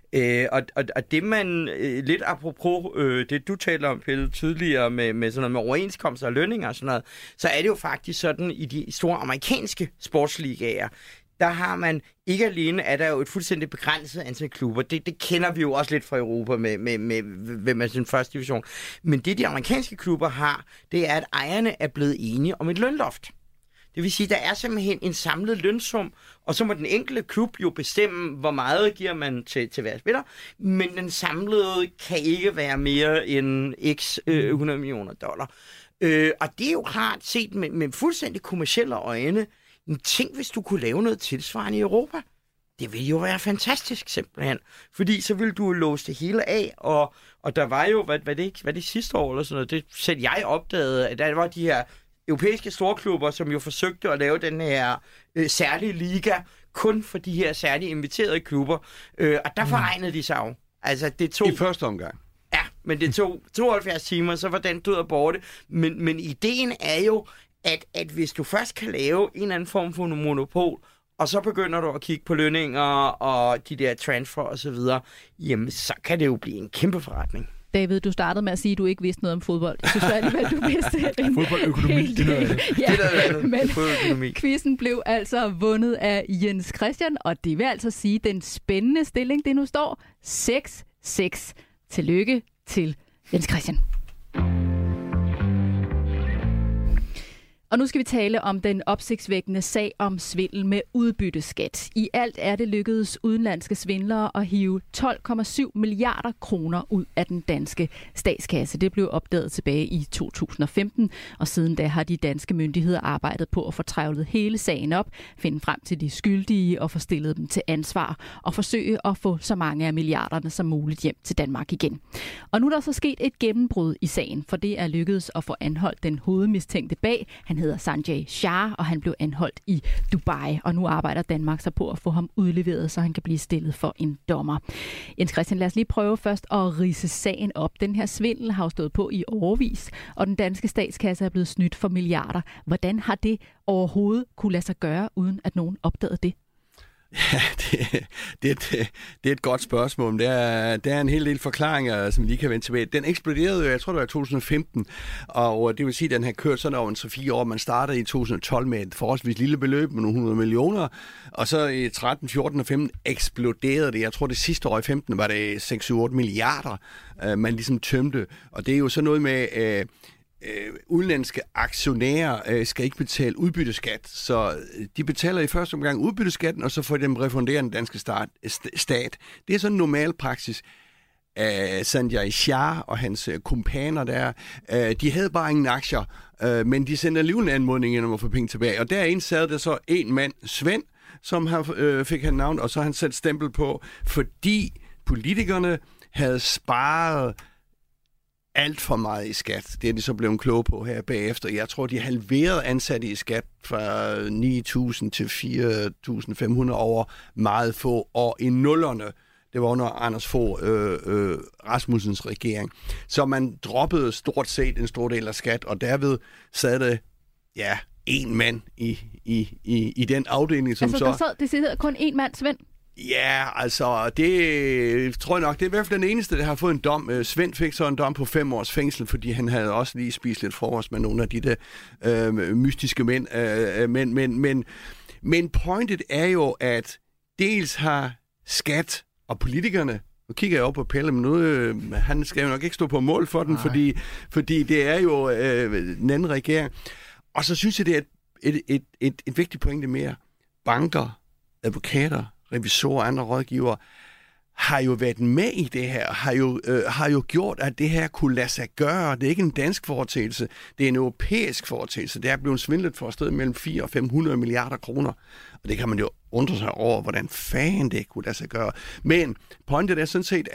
Og det man, lidt apropos det du taler om, Pelle, tidligere med sådan noget med overenskomster og lønninger og sådan noget, så er det jo faktisk sådan i de store amerikanske sportsligaer, der har man ikke alene, er der jo et fuldstændig begrænset antal klubber. Det kender vi jo også lidt fra Europa med den første division. Men det de amerikanske klubber har, det er, at ejerne er blevet enige om et lønloft. Det vil sige, der er simpelthen en samlet lønsum, og så må den enkelte klub jo bestemme, hvor meget giver man til hver spiller, men den samlede kan ikke være mere end x $100 millioner. Og det er jo klart set med fuldstændig kommercielle øjne en ting, hvis du kunne lave noget tilsvarende i Europa. Det ville jo være fantastisk simpelthen, fordi så ville du låse det hele af, og der var jo, hvad det sidste år eller sådan noget, det selv jeg opdagede, at der var de her europæiske storklubber, som jo forsøgte at lave den her særlige liga, kun for de her særligt inviterede klubber. Og der foregnede de sig jo. Altså, det tog... I første omgang. Ja, men det tog 72 timer, så var den død og borte. Men ideen er jo, at hvis du først kan lave en eller anden form for monopol, og så begynder du at kigge på lønninger og de der transfer og så videre, jamen, så kan det jo blive en kæmpe forretning. David, du startede med at sige, at du ikke vidste noget om fodbold. Jeg synes alligevel, du vidste en fodboldøkonomi. Det er noget men fodboldøkonomi. Quizzen blev altså vundet af Jens Christian, og det vil altså sige, at den spændende stilling, det nu står 6-6. Tillykke til Jens Christian. Og nu skal vi tale om den opsigtsvækkende sag om svindel med udbytteskat. I alt er det lykkedes udenlandske svindlere at hive 12,7 milliarder kroner ud af den danske statskasse. Det blev opdaget tilbage i 2015, og siden da har de danske myndigheder arbejdet på at få trævlet hele sagen op, finde frem til de skyldige og få stillet dem til ansvar og forsøge at få så mange af milliarderne som muligt hjem til Danmark igen. Og nu er der så sket et gennembrud i sagen, for det er lykkedes at få anholdt den hovedmistænkte bag. Han hedder Sanjay Shah, og han blev anholdt i Dubai. Og nu arbejder Danmark så på at få ham udleveret, så han kan blive stillet for en dommer. Jens Christian, lad os lige prøve først at ridse sagen op. Den her svindel har jo stået på i årevis, og den danske statskasse er blevet snydt for milliarder. Hvordan har det overhovedet kunne lade sig gøre, uden at nogen opdagede det? Ja, det er et godt spørgsmål. Der er en hel del forklaringer, som vi lige kan vende tilbage. Den eksploderede jo, jeg tror det var i 2015, og det vil sige, at den har kørt sådan over en 3-4 år. Man startede i 2012 med et forholdsvis lille beløb med nogle 100 millioner, og så i 13, 14 og 15 eksploderede det. Jeg tror det sidste år i 15 var det 6-8 milliarder, man ligesom tømte, og det er jo sådan noget med... udenlandske aktionærer skal ikke betale udbytteskat, så de betaler i første omgang udbytteskatten, og så får de dem refunderet den danske stat. Det er sådan en normal praksis. Sanjay Shah og hans kumpaner der, de havde bare ingen aktier, men de sendte alligevel en anmodning om at få penge tilbage. Og derinde sad der så en mand, Svend, som fik han navn, og så han sat stempel på, fordi politikerne havde sparet alt for meget i skat. Det er de så blevet kloge på her bagefter. Jeg tror, de halverede ansatte i skat fra 9.000 til 4.500 over meget få år i nullerne. Det var under Anders Fogh Rasmussens regering. Så man droppede stort set en stor del af skat, og derved sad det, en mand i den afdeling, som altså, så... det sidder kun en mand, Svend? Ja, altså, det tror jeg nok, det er i hvert fald den eneste, der har fået en dom. Svend fik så en dom på 5 års fængsel, fordi han havde også lige spist lidt frokost med nogle af de der mystiske mænd. Men pointet er jo, at dels har skat og politikerne, nu kigger jeg op på Pelle, men nu, han skal jo nok ikke stå på mål for den, fordi det er jo en anden regering. Og så synes jeg, det er et vigtigt pointe mere. Banker, advokater, revisorer og andre rådgivere har jo været med i det her, har jo gjort, at det her kunne lade sig gøre. Det er ikke en dansk foretagelse, det er en europæisk foretagelse. Det er blevet svindlet for et sted mellem 400 og 500 milliarder kroner. Og det kan man jo undre sig over, hvordan fanden det kunne lade sig gøre. Men pointet er sådan set,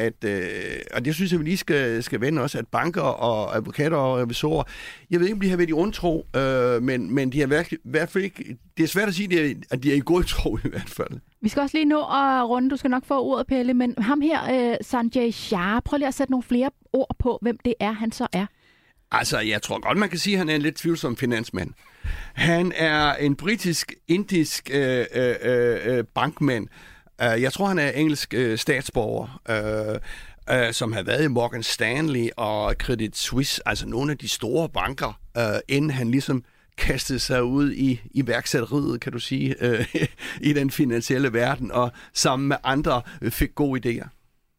og det synes jeg, vi lige skal vende også, at banker og advokater og revisorer, jeg ved ikke, om de har været i ondtro, men de har i hvert fald ikke, det er svært at sige, at de er i god tro i hvert fald. Vi skal også lige nå at runde, du skal nok få ordet, Pelle, men ham her, Sanjay Shah, prøv lige at sætte nogle flere ord på, hvem det er, han så er. Altså, jeg tror godt, man kan sige, at han er en lidt tvivlsom finansmand. Han er en britisk-indisk bankmand. Jeg tror, han er engelsk statsborger, som har været i Morgan Stanley og Credit Suisse, altså nogle af de store banker, inden han ligesom kastede sig ud i iværksætteriet, kan du sige, i den finansielle verden, og sammen med andre fik gode idéer.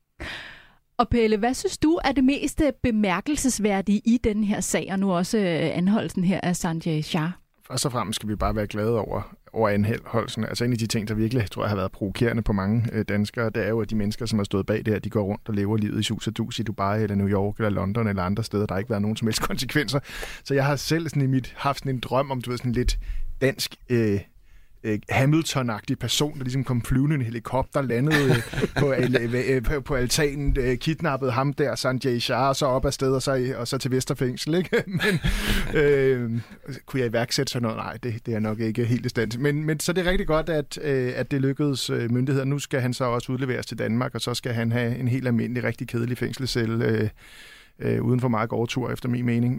Og Pelle, hvad synes du er det mest bemærkelsesværdige i den her sag, og nu også anholdelsen her af Sanjay Shah? Først og fremmest skal vi bare være glade over anholdelsen. Altså en af de ting, der virkelig, tror jeg, har været provokerende på mange danskere, det er jo, at de mennesker, som har stået bag det her, de går rundt og lever livet i sus og dus i Dubai, eller New York, eller London, eller andre steder. Der har ikke været nogen som helst konsekvenser. Så jeg har selv sådan haft sådan en drøm om, du ved, sådan lidt dansk... Hamilton-agtig person, der ligesom kom flyvende en helikopter, landede på altanen, kidnappede ham der, Sanjay Shah, og så op afsted, og så til Vesterfængsel, ikke? Men kunne jeg iværksætte sådan noget? Nej, det er nok ikke helt i stand til. Men så det er rigtig godt, at det lykkedes myndigheder. Nu skal han så også udleveres til Danmark, og så skal han have en helt almindelig, rigtig kedelig fængselscelle uden for meget gårdtur, efter min mening.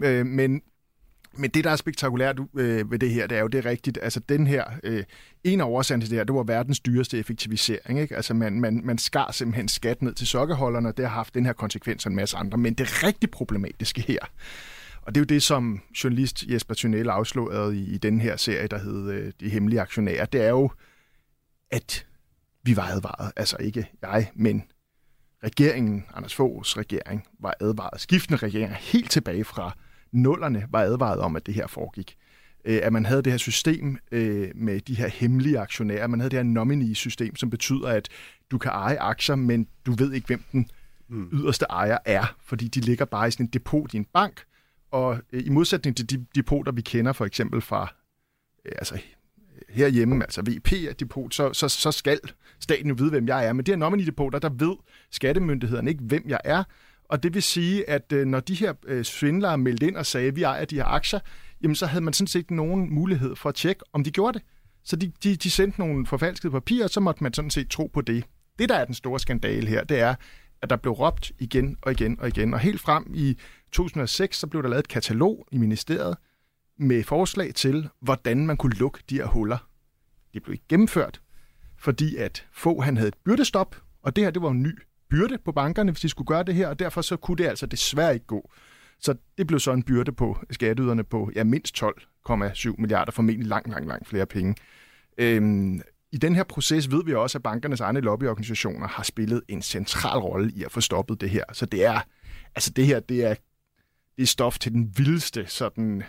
Men det, der er spektakulært ved det her, det er jo det rigtigt. Altså den her, en af årsagen til det her, det var verdens dyreste effektivisering. Ikke? Altså man skar simpelthen skat ned til sokkeholderne, og det har haft den her konsekvens og en masse andre. Men det rigtig problematiske her, og det er jo det, som journalist Jesper Thunell afslørede i den her serie, der hed De Hemmelige Aktionærer, det er jo, at vi var advaret. Altså ikke jeg, men regeringen, Anders Foghs regering, var advaret. Skiftende regeringer helt tilbage fra nullerne var advaret om, at det her foregik. at man havde det her system med de her hemmelige aktionærer. Man havde det her nominee-system, som betyder, at du kan eje aktier, men du ved ikke, hvem den yderste ejer er, fordi de ligger bare i sådan en depot i en bank. Og i modsætning til de depoter, vi kender for eksempel fra herhjemme, altså VP-depot, så skal staten jo vide, hvem jeg er. Men de her nominee-depoter, der ved skattemyndighederne ikke, hvem jeg er. Og det vil sige, at når de her svindlere meldte ind og sagde, at vi ejer de her aktier, jamen så havde man sådan set nogen mulighed for at tjekke, om de gjorde det. Så de sendte nogle forfalskede papirer, og så måtte man sådan set tro på det. Det, der er den store skandale her, det er, at der blev råbt igen og igen og igen. Og helt frem i 2006, så blev der lavet et katalog i ministeriet med forslag til, hvordan man kunne lukke de her huller. Det blev ikke gennemført, fordi at han havde et byrdestop, og det her, det var en ny byrde på bankerne, hvis de skulle gøre det her, og derfor så kunne det altså desværre ikke gå. Så det blev så en byrde på skatteyderne på mindst 12,7 milliarder, formentlig langt flere penge. I den her proces ved vi også, at bankernes egne lobbyorganisationer har spillet en central rolle i at få stoppet det her. Så det er, altså det her, det er stof til den vildeste sådan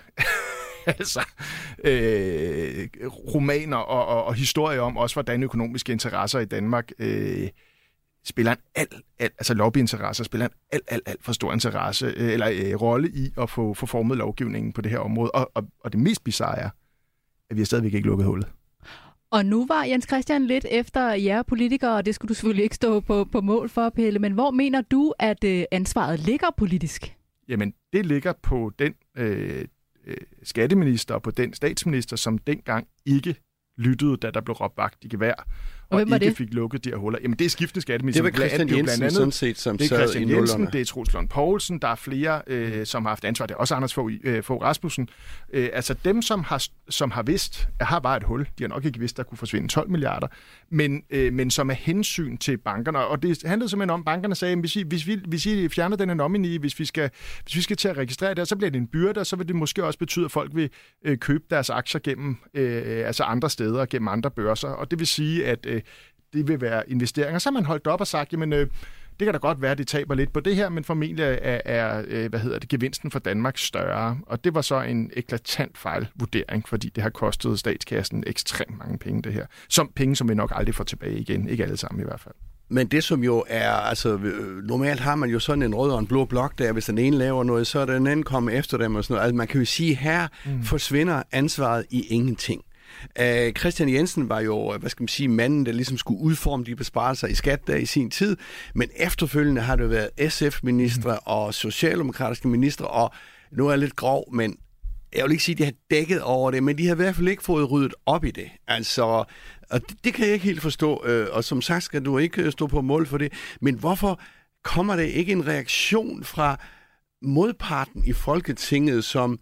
romaner og historier om også, hvordan økonomiske interesser i Danmark spiller lobbyinteresser spiller en alt for stor interesse eller rolle i at få formet lovgivningen på det her område. Og det mest bizarre er, at vi har stadigvæk ikke lukket hullet. Og nu var Jens Christian lidt efter jer politikere, og det skulle du selvfølgelig ikke stå på mål for, Pelle, men hvor mener du, at ansvaret ligger politisk? Jamen, det ligger på den skatteminister og på den statsminister, som dengang ikke lyttede, da der blev råbt vagt i gevær, og ikke fik lukket de her huller. Jamen, det er skiftende skatteminister. Det var Christian Jensen, sådan set, som det er Christian Jensen, det er Troels Lund Poulsen, der er flere, som har haft ansvar. Det er også Anders Fogh Rasmussen. Altså dem, som har vidst, at her var et hul, de har nok ikke vidst, der kunne forsvinde 12 milliarder, men som er hensyn til bankerne. Og det handlede simpelthen om, bankerne sagde, hvis I fjerner den her nominee, hvis vi skal til at registrere det, så bliver det en byrde, og så vil det måske også betyde, at folk vil købe deres aktier gennem andre steder, gennem andre børser. Og det vil sige, at det vil være investeringer. Så har man holdt op og sagt, jamen det kan da godt være, at de taber lidt på det her, men formentlig er gevinsten for Danmark større. Og det var så en eklatant fejlvurdering, fordi det har kostet statskassen ekstremt mange penge, det her. Penge, som vi nok aldrig får tilbage igen. Ikke alle sammen i hvert fald. Men det som jo er, altså normalt har man jo sådan en rød og en blå blok der, hvis den ene laver noget, så er den anden kommet efter dem og sådan noget. Altså man kan jo sige, her forsvinder ansvaret i ingenting. Christian Jensen var jo, manden, der ligesom skulle udforme de besparelser i skat der i sin tid, men efterfølgende har det været SF-ministre og socialdemokratiske ministre, og nu er jeg lidt grov, men jeg vil ikke sige, at de har dækket over det, men de har i hvert fald ikke fået ryddet op i det. Altså, og det kan jeg ikke helt forstå, og som sagt skal du ikke stå på mål for det, men hvorfor kommer der ikke en reaktion fra modparten i Folketinget, som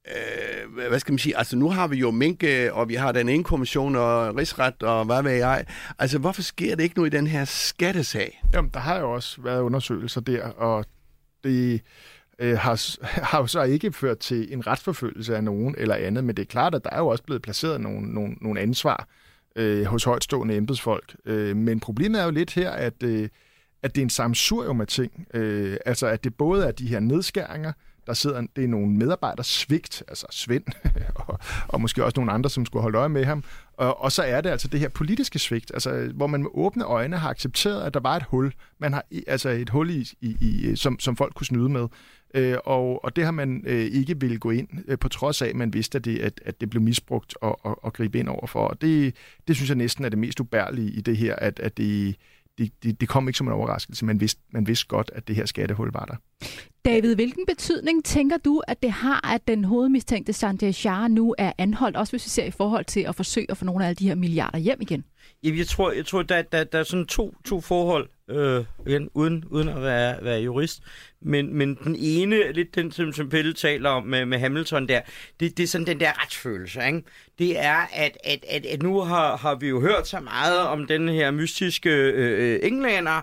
altså nu har vi jo Mink, og vi har den ene kommission og rigsret, og hvad ved jeg. Altså, hvorfor sker det ikke nu i den her skattesag? Jamen, der har jo også været undersøgelser der, og det har jo så ikke ført til en retsforfølgelse af nogen eller andet, men det er klart, at der er jo også blevet placeret nogle ansvar hos højtstående embedsfolk. Men problemet er jo lidt her, at det er en sammensurium af ting. Altså, at det både er de her nedskæringer, det er nogle medarbejdersvigt, altså Svend, og måske også nogle andre, som skulle holde øje med ham. Og så er det altså det her politiske svigt, altså, hvor man med åbne øjne har accepteret, at der var et hul. Man har altså et hul som folk kunne snyde med. Og det har man ikke ville gå ind, på trods af, at man vidste, at det blev misbrugt og gribe ind overfor. Og det synes jeg næsten er det mest ubærlige i det her, at det kom ikke som en overraskelse. Man vidste godt, at det her skattehul var der. David, hvilken betydning tænker du, at det har, at den hovedmistænkte Sanjay Shah nu er anholdt, også hvis vi ser i forhold til at forsøge at få nogle af alle de her milliarder hjem igen? Jeg tror der er sådan to forhold, igen, uden at være jurist, men den ene, lidt den, som Pelle taler om med Hamilton der, det er sådan den der retsfølelse, ikke? Det er, at nu har vi jo hørt så meget om den her mystiske englænder,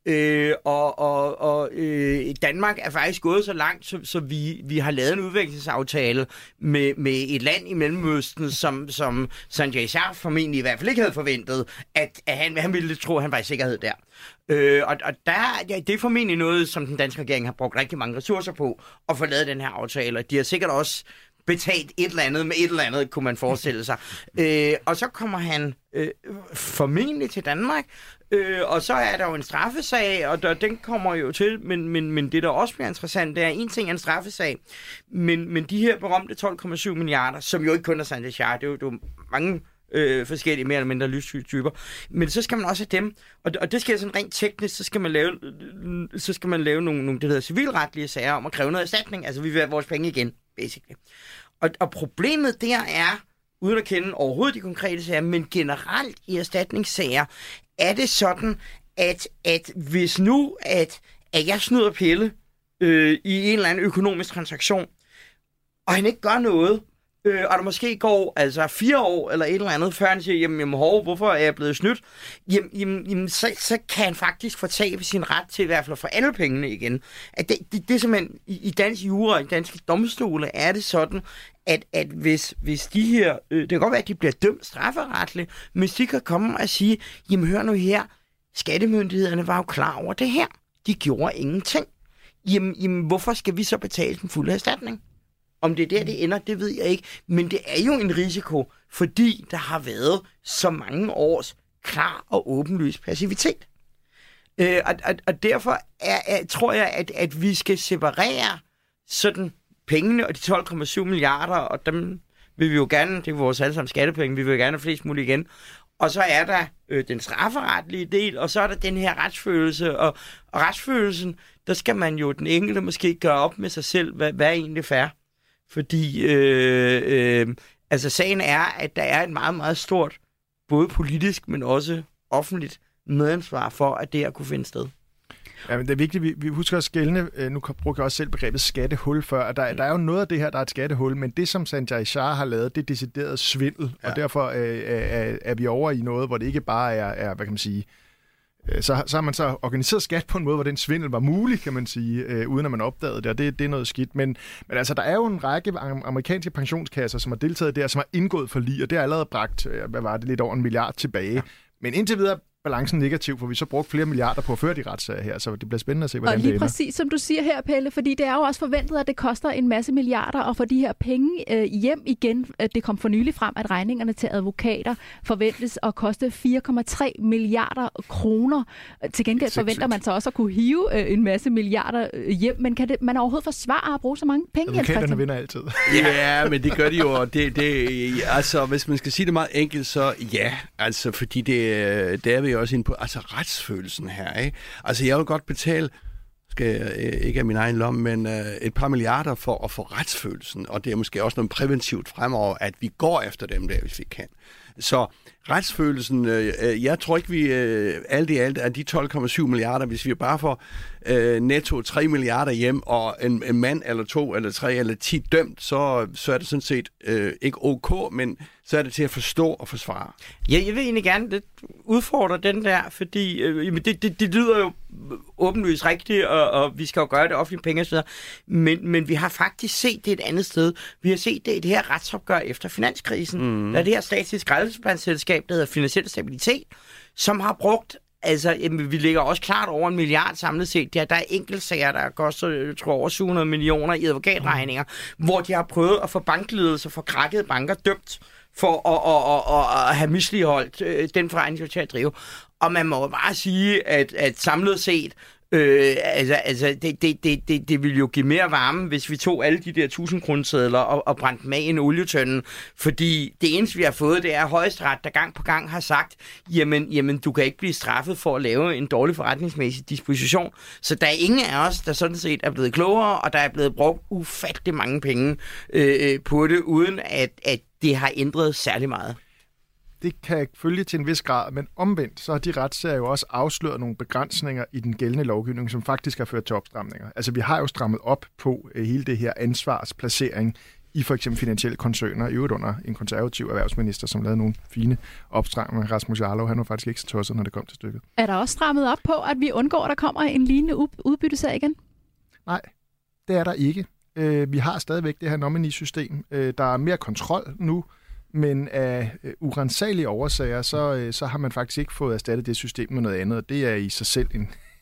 Danmark er faktisk gået så langt, så vi har lavet en udviklingsaftale med et land i Mellemøsten, som Sanjay Shah formentlig i hvert fald ikke havde forventet, at han ville tro, at han var i sikkerhed der. Det er formentlig noget, som den danske regering har brugt rigtig mange ressourcer på at få lavet den her aftale. De har sikkert også betalt et eller andet med et eller andet, kunne man forestille sig. Og så kommer han formentlig til Danmark, og så er der jo en straffesag, og den kommer jo til, men det, der også bliver interessant, det er en ting af en straffesag, men de her berømte 12,7 milliarder, som jo ikke kun er Sanjay Shah, det er jo mange forskellige mere eller mindre livssyge typer, men så skal man også have dem, og det skal sådan rent teknisk, så skal man lave nogle det hedder civilretlige sager om at kræve noget erstatning, altså vi vil have vores penge igen, basically. Og problemet der er, uden at kende overhovedet de konkrete sager, men generelt i erstatningssager, er det sådan, at hvis nu, at jeg snyder Pelle i en eller anden økonomisk transaktion, og han ikke gør noget, og der måske går 4 år eller et eller andet, før han siger, jamen hvorfor er jeg blevet snydt? Jamen så kan han faktisk fortabe sin ret til i hvert fald at få alle pengene igen. At det er simpelthen, i dansk jura, i danske domstole, er det sådan, at hvis de her, det kan godt være, at de bliver dømt strafferetligt, men hvis de kan komme og sige, jamen hør nu her, skattemyndighederne var jo klar over det her. De gjorde ingenting. Jamen hvorfor skal vi så betale den fulde erstatning? Om det er der, det ender, det ved jeg ikke. Men det er jo en risiko, fordi der har været så mange års klar og åbenlys passivitet. Og derfor tror jeg, at vi skal separere sådan pengene og de 12,7 milliarder, og dem vil vi jo gerne, det er vores allesammen skattepenge, vi vil jo gerne have flest muligt igen. Og så er der den strafferetlige del, og så er der den her retsfølelse. Og retsfølelsen, der skal man jo den enkelte måske gøre op med sig selv, hvad er egentlig fair. Fordi sagen er, at der er et meget, meget stort, både politisk, men også offentligt medansvar for, at det her kunne finde sted. Ja, men det er vigtigt, vi husker at skelne, nu bruger jeg også selv begrebet skattehul før, at der er jo noget af det her, der er et skattehul, men det, som Sanjay Shah har lavet, det er decideret svindel, og derfor er vi over i noget, hvor det ikke bare er hvad kan man sige, så har man så organiseret skat på en måde, hvor den svindel var mulig, kan man sige, uden at man opdagede det, og det er noget skidt. Men altså, der er jo en række amerikanske pensionskasser, som har deltaget der, som har indgået forlig, og det har allerede bragt, lidt over 1 milliard tilbage. Ja. Men indtil videre balancen negativ, for vi så brugt flere milliarder på at føre de retssager her, så det bliver spændende at se, hvordan det ender. Og lige præcis som du siger her, Pelle, fordi det er jo også forventet, at det koster en masse milliarder at få de her penge hjem igen. Det kom for nylig frem, at regningerne til advokater forventes at koste 4,3 milliarder kroner. Til gengæld forventer man så også at kunne hive en masse milliarder hjem, men kan man overhovedet forsvare at bruge så mange penge? Advokaterne vinder altid. Ja, men det gør de jo, og altså, hvis man skal sige det meget enkelt, så ja, altså, fordi det er vi også inde på, altså retsfølelsen her, ikke? Altså jeg vil godt betale, skal jeg ikke af min egen lomme, men et par milliarder for at få retsfølelsen, og det er måske også noget præventivt fremover, at vi går efter dem der, hvis vi kan. Så retsfølelsen, jeg tror ikke, vi alt i alt er de 12,7 milliarder, hvis vi bare får netto 3 milliarder hjem, og en mand eller 2 eller 3 eller 10 dømt, så er det sådan set ikke ok, men så er det til at forstå og forsvare. Ja, jeg vil egentlig gerne udfordre den der, fordi det lyder jo åbenlyst rigtigt, og vi skal jo gøre det offentlige penge og så videre, men vi har faktisk set det et andet sted. Vi har set det i det her retsopgør efter finanskrisen. Der er det her statslige skraldespandsselskab, der hedder Finansiel Stabilitet, som har brugt, altså vi ligger også klart over 1 milliard samlet set. Der er enkeltsager, der koster, jeg tror, over 700 millioner i advokatregninger, hvor de har prøvet at få bankledelser for krakkede banker dømt for at have misligholdt den forretning til at drive. Og man må bare sige, at samlet set, det ville jo give mere varme, hvis vi tog alle de der 1000-kronesedler og brændte dem af i en olietønde. Fordi det eneste, vi har fået, det er Højesteret, der gang på gang har sagt, jamen du kan ikke blive straffet for at lave en dårlig forretningsmæssig disposition. Så der er ingen af os, der sådan set er blevet klogere, og der er blevet brugt ufattelig mange penge på det, uden at det har ændret særlig meget. Det kan følge til en vis grad, men omvendt, så har de retssager jo også afsløret nogle begrænsninger i den gældende lovgivning, som faktisk har ført til opstramninger. Altså, vi har jo strammet op på hele det her ansvarsplacering i for eksempel finansielle koncerner, i øvrigt under en konservativ erhvervsminister, som lavede nogle fine opstramninger. Rasmus Jarlov, han var faktisk ikke så tosset, når det kom til stykket. Er der også strammet op på, at vi undgår, at der kommer en lignende udbyttesag igen? Nej, det er der ikke. Vi har stadigvæk det her nominee-system. Der er mere kontrol nu, men af urensagelige årsager, så har man faktisk ikke fået erstattet det system med noget andet, og det er i sig selv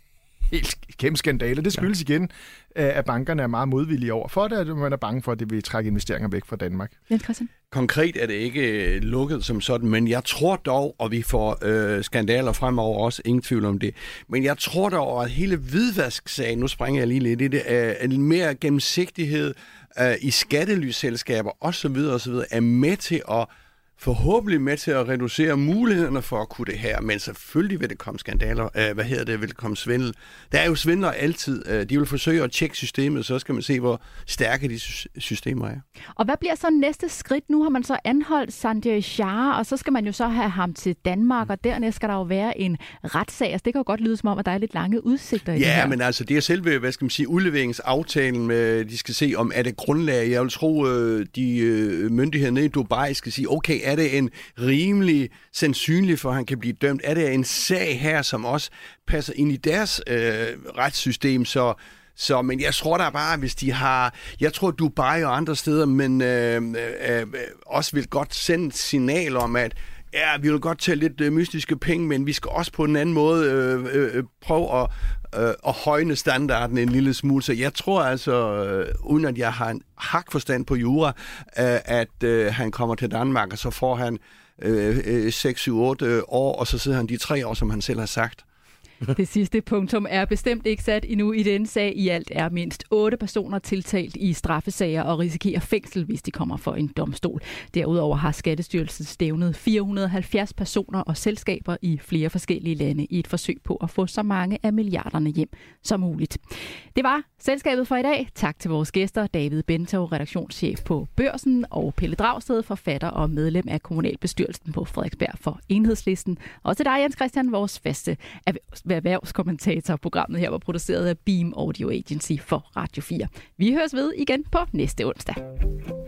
helt kæmpe skandale. Det skyldes igen, at bankerne er meget modvillige over for det, at man er bange for, at det vil trække investeringer væk fra Danmark. Jens Christian? Konkret er det ikke lukket som sådan, men jeg tror dog, og vi får skandaler fremover også, ingen tvivl om det, men jeg tror dog, at hele hvidvasksagen, nu springer jeg lige lidt i det, en mere gennemsigtighed i skattelyselskaber osv., er med til at forhåbentlig med til at reducere mulighederne for at kunne det her, men selvfølgelig vil det komme skandaler, vil det komme svindel. Der er jo svindlere altid. De vil forsøge at tjekke systemet, så skal man se, hvor stærke de systemer er. Og hvad bliver så næste skridt? Nu har man så anholdt Sanjay Shah, og så skal man jo så have ham til Danmark, og dernæst skal der jo være en retssag. Altså, det kan jo godt lyde som om, at der er lidt lange udsigter i det her. Ja, men altså, det er selve, udleveringsaftalen med, de skal se, om er det grundlag. Jeg vil tro, de myndigheder nede i Dubai skal sige, okay, er det en rimelig sandsynlig for, at han kan blive dømt? Er det en sag her, som også passer ind i deres retssystem? Men jeg tror da bare, hvis de har... Jeg tror, Dubai og andre steder, men også vil godt sende et signal om, at vi vil godt tage lidt mystiske penge, men vi skal også på en anden måde prøve at højne standarden en lille smule. Så jeg tror altså, uden at jeg har en hakforstand på jura, at han kommer til Danmark, og så får han 6, 7, 8 år, og så sidder han de 3 år, som han selv har sagt. Det sidste punktum er bestemt ikke sat endnu i denne sag. I alt er mindst 8 personer tiltalt i straffesager og risikerer fængsel, hvis de kommer for en domstol. Derudover har Skattestyrelsen stævnet 470 personer og selskaber i flere forskellige lande i et forsøg på at få så mange af milliarderne hjem som muligt. Det var selskabet for i dag. Tak til vores gæster, David Bentov, redaktionschef på Børsen, og Pelle Dragsted, forfatter og medlem af kommunalbestyrelsen på Frederiksberg for Enhedslisten. Og til dig, Jens Christian, vores faste erhvervskommentator. Programmet her var produceret af Beam Audio Agency for Radio 4. Vi høres ved igen på næste onsdag.